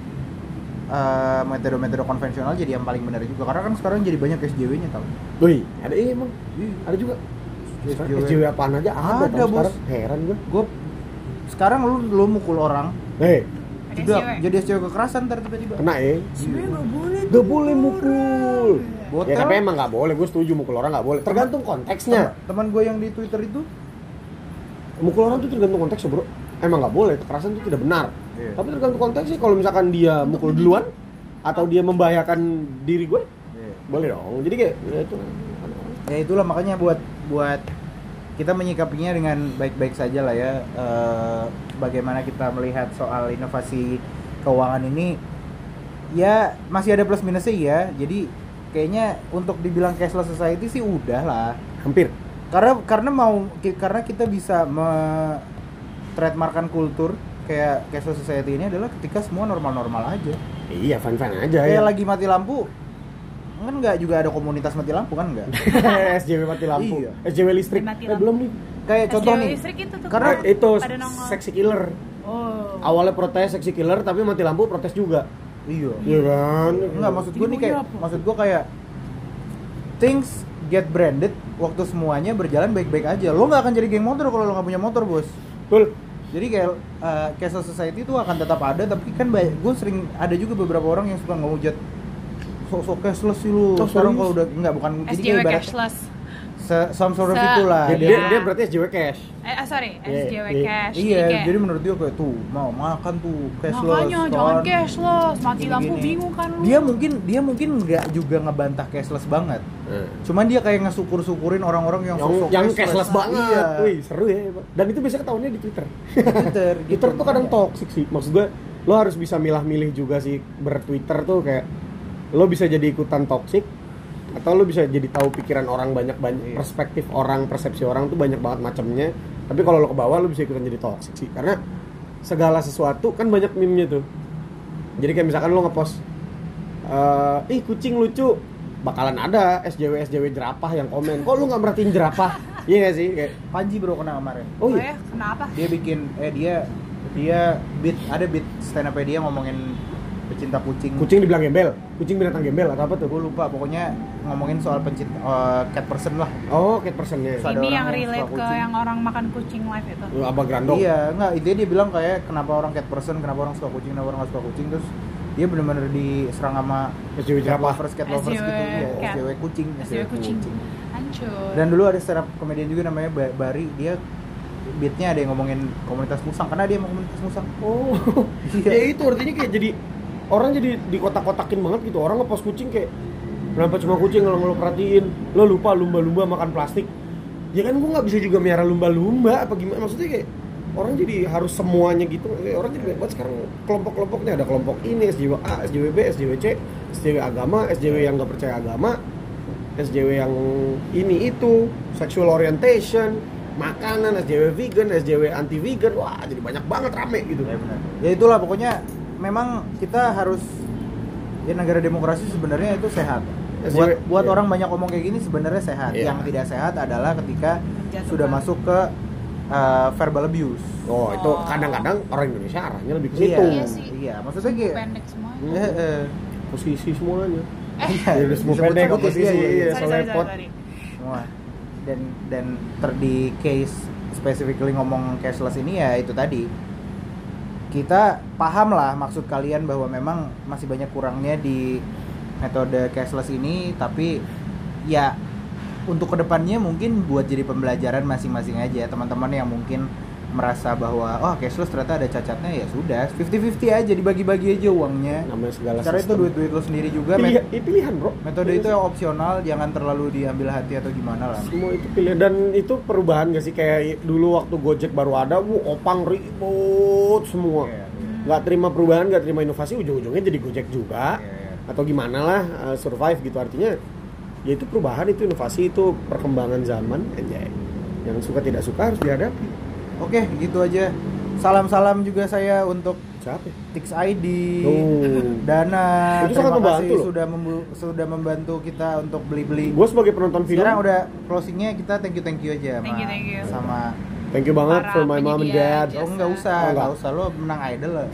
metode-metode konvensional jadi yang paling benar juga, karena kan sekarang jadi banyak SJW-nya tau. Wih, ada emang. Ada juga. SJW apaan aja ada tau bos. sekarang. Heran gue. Sekarang lu mukul orang SJW. jadi SJW kekerasan ntar tiba-tiba. Kena Sebenarnya Gak boleh mukul. Botel. Ya tapi emang gak boleh, gue setuju mukul orang gak boleh. Tergantung konteksnya. Teman gue yang di Twitter itu Mukul orang tuh tergantung konteksnya bro. Emang gak boleh, kekerasan itu tidak benar. Iya. Tapi tergantung konteksnya, kalau misalkan dia mukul duluan atau dia membahayakan diri gue, boleh dong. Jadi kayak ya itu. Ya itulah makanya buat kita menyikapinya dengan baik-baik saja lah ya. Bagaimana kita melihat soal inovasi keuangan ini, ya masih ada plus minusnya ya. Jadi kayaknya untuk dibilang cashless society sih udah lah, Hampir. Karena kita bisa trademarkan kultur kayak cashless society ini adalah ketika semua normal-normal aja. Iya, fun-fun aja Kayak ya. lagi mati lampu kan nggak juga ada komunitas mati lampu kan nggak? SJW mati lampu. Iya. SJW listrik. Mati lampu. Belum nih. Kayak contoh SJW nih, listrik itu tuh karena Itu pada nongol. seksi killer. Oh. Awalnya protes seksi killer, tapi mati lampu protes juga. iya. Iya kan? Enggak, maksud gue kayak things get branded waktu semuanya berjalan baik-baik aja. Lo nggak akan jadi geng motor kalau lo nggak punya motor, bos. Betul. Jadi kayak cashless society itu akan tetap ada, tapi kan gue sering ada juga beberapa orang yang suka ngehujat sok-sok cashless sih lu. Oh, Sekarang serius? kalau udah enggak bukan jadi SJW ibarat cashless. some sort of itulah. Dia, Iya. dia berarti SJW cash. Sorry, Iya, SJW iya. cash. Iya, kayak, jadi menurut dia kayak tuh mau makan tuh cashless. makanya jangan cashless, mati Gini-gini. lampu bingung kan lu. Dia mungkin nggak juga ngebantah cashless banget. Cuman dia kayak ngesyukur-syukurin orang-orang yang sosok Yang cashless banget. Iya. Wih, seru ya. Dan itu biasanya ketahuannya di Twitter. Twitter, Twitter tuh kadang toxic sih. Maksud gue, lo harus bisa milah-milih juga sih ber-Twitter tuh, kayak lo bisa jadi ikutan toxic atau lo bisa jadi tahu pikiran orang, banyak Iya. perspektif orang, persepsi orang tuh banyak banget macamnya. Tapi kalau lo ke bawah lo bisa ikutan jadi toxic sih, karena segala sesuatu kan banyak meme-nya tuh. Jadi kayak misalkan lo ngepost ih kucing lucu, bakalan ada SJW jerapah yang komen, kok lu nggak merhatiin jerapah? Iya gak sih? Kayak Panji bro kena kemarin. oh Oh iya. ya, kenapa? Dia bikin dia beat stand up dia ngomongin pecinta kucing. Kucing dibilang gembel, kucing binatang gembel atau apa tuh? Gue lupa, pokoknya ngomongin soal pencinta cat person lah. Oh, cat personnya. Ada Ini orang yang yang relate suka ke kucing. yang orang makan kucing live itu. Abang Grandong. Iya, enggak, intinya dia bilang kayak kenapa orang cat person, kenapa orang suka kucing, kenapa orang nggak suka kucing, terus dia benar-benar diserang sama SJW jerapah. cat lovers SJW gitu. Iya, cat. SJW kucing, SJW kucing. Hancur. Dan dulu ada stand up komedian juga namanya Bari, dia beatnya ada yang ngomongin komunitas musang karena dia mau komunitas musang. Oh. Iya. Ya itu artinya kayak jadi orang jadi dikotak-kotakin banget gitu. Orang ngepost kucing kayak kenapa cuma kucing kalau lo perhatiin, lo lupa lumba-lumba makan plastik. Ya kan gua nggak bisa juga miara lumba-lumba apa gimana, maksudnya kayak orang jadi harus semuanya gitu. Orang jadi banyak banget sekarang kelompok-kelompoknya, ada kelompok ini SJW A, SJW B, SJW C, SJW agama, SJW yang nggak percaya agama, SJW yang ini itu, sexual orientation, makanan, SJW vegan, SJW anti vegan. Wah, jadi banyak banget rame gitu. Ya benar. Ya itulah pokoknya memang kita harus, ya negara demokrasi sebenarnya itu sehat. Buat iya. orang banyak ngomong kayak gini sebenarnya sehat. Iya. Yang tidak sehat adalah ketika Jatuh sudah banget. masuk ke verbal abuse. Oh, itu Oh. kadang-kadang orang Indonesia arahnya lebih ke situ. Iya sih. Iya, maksudnya kayak Pendek semuanya. Posisi semuanya. Iya, Ya, udah semua disebut-sebut pendek ya, posisi. iya, iya. Iya, Sorry, selepot. sorry. Semua. Dan di case specifically ngomong cashless ini ya itu tadi. kita paham lah maksud kalian bahwa memang masih banyak kurangnya di metode cashless ini, tapi ya untuk kedepannya mungkin buat jadi pembelajaran masing-masing aja teman-teman yang mungkin merasa bahwa cashless ternyata ada cacatnya, ya sudah 50-50 aja, dibagi-bagi aja uangnya. Namanya segala Cara itu duit lo sendiri juga. Pilihan bro. Metode itu yang opsional, jangan terlalu diambil hati atau gimana lah. Semua itu pilihan, dan itu perubahan gak sih, kayak dulu waktu Gojek baru ada, opang ribut semua. Nggak terima perubahan, nggak terima inovasi, ujung-ujungnya jadi Gojek juga. Atau gimana lah, survive gitu. Artinya ya itu perubahan, itu inovasi, itu perkembangan zaman. Anjay. Yang suka tidak suka harus dihadapi. Oke, gitu aja. Salam-salam juga saya untuk Siapa? Tix ID, Dana. Itu sangat membantu kasih loh. sudah membantu kita untuk beli-beli. Gue sebagai penonton film, Sekarang udah closingnya kita thank you aja Thank you. sama thank you banget Para for my mom and penyedia dad. jasa. oh nggak usah Oh, nggak usah, lo menang idol lah.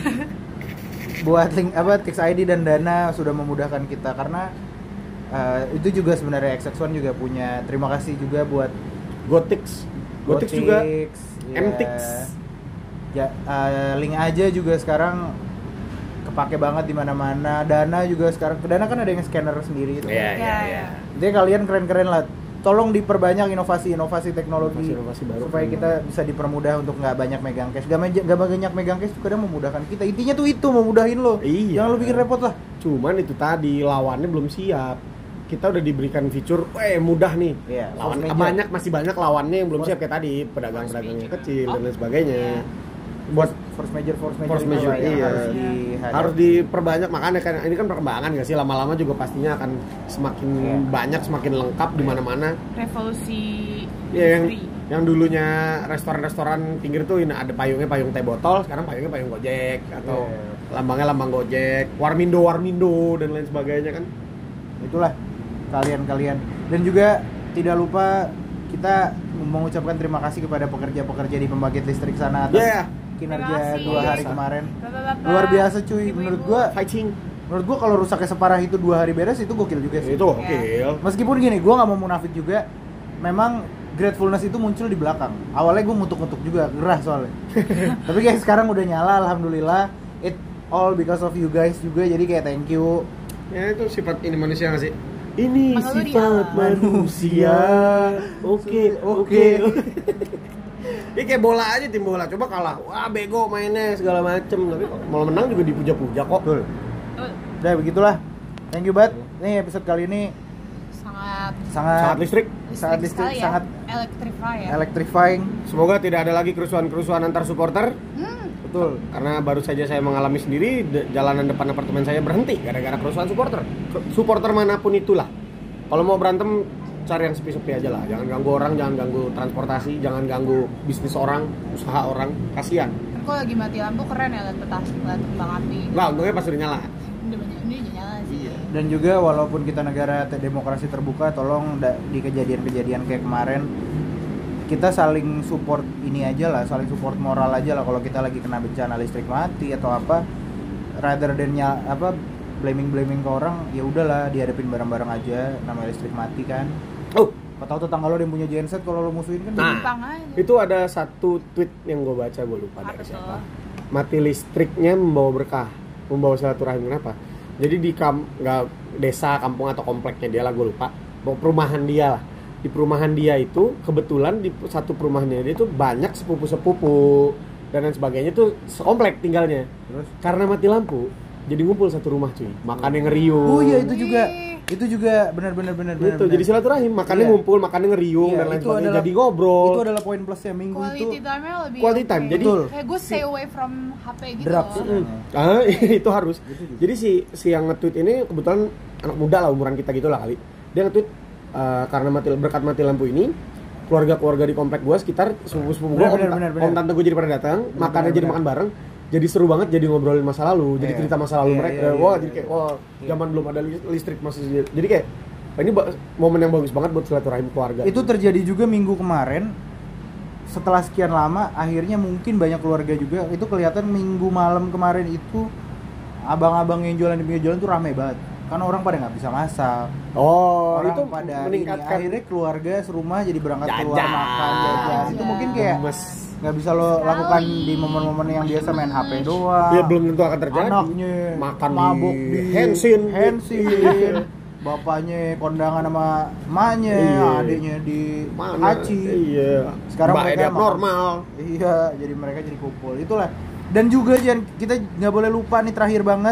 Buat link Tix ID dan Dana sudah memudahkan kita, karena itu juga sebenarnya XX1 juga punya terima kasih juga buat Gotix juga, ya. MTix. Ya, link aja juga sekarang kepake banget di mana-mana. Dana juga sekarang, Dana kan ada yang scanner sendiri itu. Iya. Jadi kalian keren-keren lah. Tolong diperbanyak inovasi teknologi Inovasi baru. supaya kita bisa dipermudah untuk nggak banyak megang cash. Gak banyak megang cash itu kadang memudahkan kita. Intinya tuh itu, memudahin lo. Iya. Jangan lo bikin repot lah. Cuman itu tadi, lawannya belum siap. Kita udah diberikan fitur, mudah nih. Iya, Lawan force major. masih banyak lawannya yang belum siap, kayak tadi pedagang-pedagang yang kecil dan lain sebagainya. Buat Force major force itu major, lah yang iya. harus harus diperbanyak, makanya kan ini kan perkembangan nggak sih, lama-lama juga pastinya akan semakin banyak, semakin lengkap di mana-mana. Revolusi Ya, industri. yang dulunya restoran-restoran pinggir tuh ada payung teh botol, sekarang payungnya payung Gojek atau lambangnya lambang Gojek, Warmindo dan lain sebagainya kan. Itulah kalian. Dan juga tidak lupa kita mengucapkan terima kasih kepada pekerja-pekerja di pembangkit listrik sana atas kinerja Terima kasih. 2 hari kemarin. Bapak-bapak, Luar biasa cuy. ibu-ibu. Fighting. Menurut gua kalau rusaknya separah itu 2 hari beres itu gokil juga sih. Itu oke. Meskipun gini, gua nggak mau munafik juga. Memang gratefulness itu muncul di belakang. Awalnya gua ngutuk-ngutuk juga, gerah soalnya. Tapi kayak sekarang udah nyala, alhamdulillah. It all because of you guys juga. Jadi kayak thank you. Ya itu sifat ini manusia nggak sih? Ini Malu sifat dia. manusia. Oke. Ini kayak bola aja, tim bola. Coba kalah, wah bego mainnya segala macem. Tapi malah menang juga dipuja-puja kok. Betul. Udah begitulah. Thank you banget. Nih episode kali ini sangat Listrik. sangat listrik, sekali ya. sangat electrifying. Semoga tidak ada lagi kerusuhan-kerusuhan antar supporter. Betul. Karena baru saja saya mengalami sendiri, jalanan depan apartemen saya berhenti gara-gara kerusuhan supporter. Supporter manapun itulah. Kalau mau berantem, cari yang sepi-sepi aja lah. Jangan ganggu orang, jangan ganggu transportasi, jangan ganggu bisnis orang, usaha orang. Kasihan. Kalau lagi mati lampu keren ya, lihat petasan, lihat kembang api. Nggak, untungnya pas udah nyala. Ini udah nyala sih. Dan juga walaupun kita negara demokrasi terbuka, tolong di kejadian-kejadian kayak kemarin kita saling support ini aja lah, saling support moral aja lah. Kalau kita lagi kena bencana listrik mati atau apa, rather than blaming ke orang, ya udahlah dihadapin bareng-bareng aja. Namanya listrik mati kan. Kau tahu tetangga lo yang punya genset, kalau lo musuhin kan. Gampang aja. Itu ada satu tweet yang gue baca, gue lupa Apa dari tuh? siapa. Mati listriknya membawa berkah, membawa silaturahim. Kenapa? Jadi di nggak desa, kampung atau kompleknya dia lah, gue lupa. Perumahan dia lah. Di perumahan dia itu kebetulan di satu perumahannya dia itu banyak sepupu-sepupu dan lain sebagainya tuh sekomplek tinggalnya. Terus? Karena mati lampu jadi ngumpul satu rumah cuy, makannya ngeriung. Oh iya, itu juga benar. Gitu, jadi silaturahim, makannya Iya. ngumpul, makannya ngeriung Iya, dan lain itu sebagainya. adalah- Jadi ngobrol. Itu adalah poin plusnya minggu itu. Quality time-nya lebih Quality time, oke. jadi- kayak gue stay away from HP gitu Drugs. loh. Itu harus. Jadi si yang nge-tweet ini kebetulan anak muda lah, umuran kita gitu lah kali. Dia nge-tweet karena berkat mati lampu ini, keluarga di komplek gua sekitar sepupu-sepupu gua, Bener. om tante gua jadi pada datang, makannya jadi makan bareng. Jadi seru banget, jadi ngobrolin masa lalu, jadi Iya. cerita masa lalu Iya, mereka. iya, Wah, iya, jadi iya. kayak zaman belum ada listrik masih. Jadi kayak ini momen yang bagus banget buat silaturahim keluarga. Itu terjadi juga minggu kemarin. Setelah sekian lama, akhirnya mungkin banyak keluarga juga. Itu kelihatan minggu malam kemarin itu abang-abang yang jualan di pinggir jalan tuh rame banget. Karena orang pada nggak bisa masak. orang Orang itu pada meningkatkan akhirnya keluarga serumah jadi berangkat keluar Jajan. makan jajan. Itu mungkin kayak gemes. nggak bisa lo lakukan di momen-momen yang biasa main HP doang. Ya belum tentu akan terjadi. Anaknya makan mabuk di hensin. Bapaknya kondangan sama emaknya, Iya. adiknya di Mana? haji. Iya. Sekarang Mbak mereka Eda makan. normal. Iya, jadi mereka jadi kumpul. Itulah. Dan juga jangan kita nggak boleh lupa nih terakhir banget.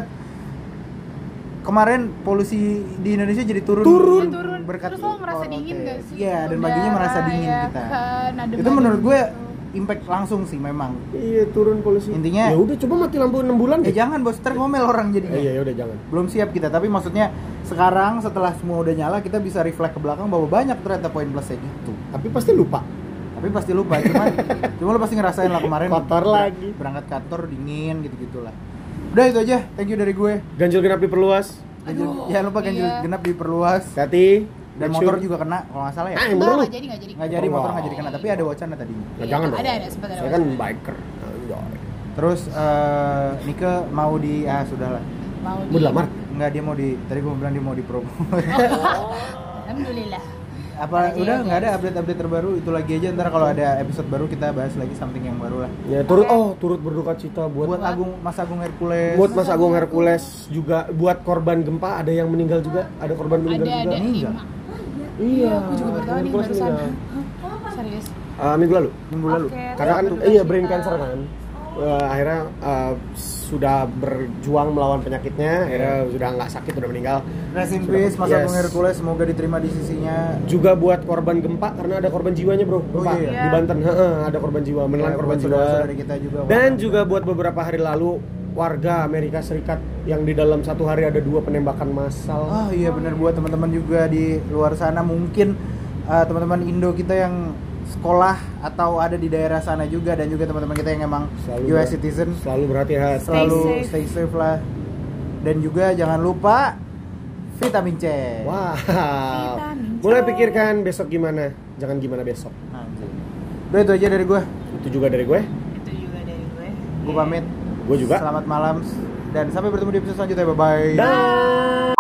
Kemarin polusi di Indonesia jadi turun. Iya, turun. Berkat Terus lo ngerasa corona. dingin gak sih? Iya, dan baginya merasa Udara, dingin ya kita. kan, adem Itu menurut adem gue gitu. impact langsung sih memang. Iya, turun polusi. Intinya- ya udah coba mati lampu 6 bulan deh. Jangan bos, ntar ngomel orang jadinya. Iya, ya udah jangan. Belum siap kita, tapi maksudnya sekarang setelah semua udah nyala kita bisa reflect ke belakang bahwa banyak ternyata poin plusnya gitu. Tapi pasti lupa. Tapi pasti lupa, cuma lo pasti ngerasain lah kemarin Kotor lagi. berangkat kantor dingin gitu-gitulah. Udah itu aja, thank you dari gue. Ganjil genap diperluas. Jangan lupa ganjil iya. genap diperluas. Hati. Dan motor juga kena kalau nggak salah ya. Ah, yang Enggak, bener lu. nggak jadi Nggak jadi motor nggak jadi kena, tapi ada wacana tadinya. Nah, jangan dong. Ada sempat ada Saya kan biker. Anjay. Terus Nike mau di sudahlah. mau Mau dilamar? Enggak, dia mau tadi gue bilang dia mau di promo. Alhamdulillah. Apa Aja udah ya, nggak ada guys. update terbaru, itu lagi aja, ntar kalau ada episode baru kita bahas lagi something yang baru lah. Ya turut berduka cita Buat Mas Agung Hercules. buat Mas Agung Hercules, juga buat korban gempa, ada yang meninggal juga, ada korban meninggal Ada juga. Meninggal. 5. Iya, Aku juga baru tahu nih Hercules barusan. meninggal. Serius. Minggu lalu. Minggu lalu. Oke, Karena kan berduka iya cita. brain cancer kan. Akhirnya sudah berjuang melawan penyakitnya, akhirnya sudah nggak sakit, udah meninggal. Rest in Sudah- peace Mas yes. Agung Hercules, semoga diterima di sisinya. Juga buat korban gempa, karena ada korban jiwanya bro, gempa iya. di Banten. Heeh, ada korban jiwa, menelan Ya, korban buat jiwa. saudara-saudara kita juga. Dan juga buat beberapa hari lalu warga Amerika Serikat yang di dalam satu hari ada 2 penembakan massal. Oh iya benar, buat teman-teman juga di luar sana mungkin teman-teman Indo kita yang sekolah atau ada di daerah sana juga, dan juga teman-teman kita yang emang Selalu US citizen Selalu berhati-hati. selalu safe. stay safe lah. Dan juga jangan lupa vitamin C. Wow. Vitamin C. Mulai pikirkan besok gimana, jangan gimana besok. Anjir. Udah itu aja dari gue. Itu juga dari gue. Itu juga dari gue. Gue pamit. Gue juga. Selamat malam dan sampai bertemu di episode selanjutnya. Bye bye. Dah.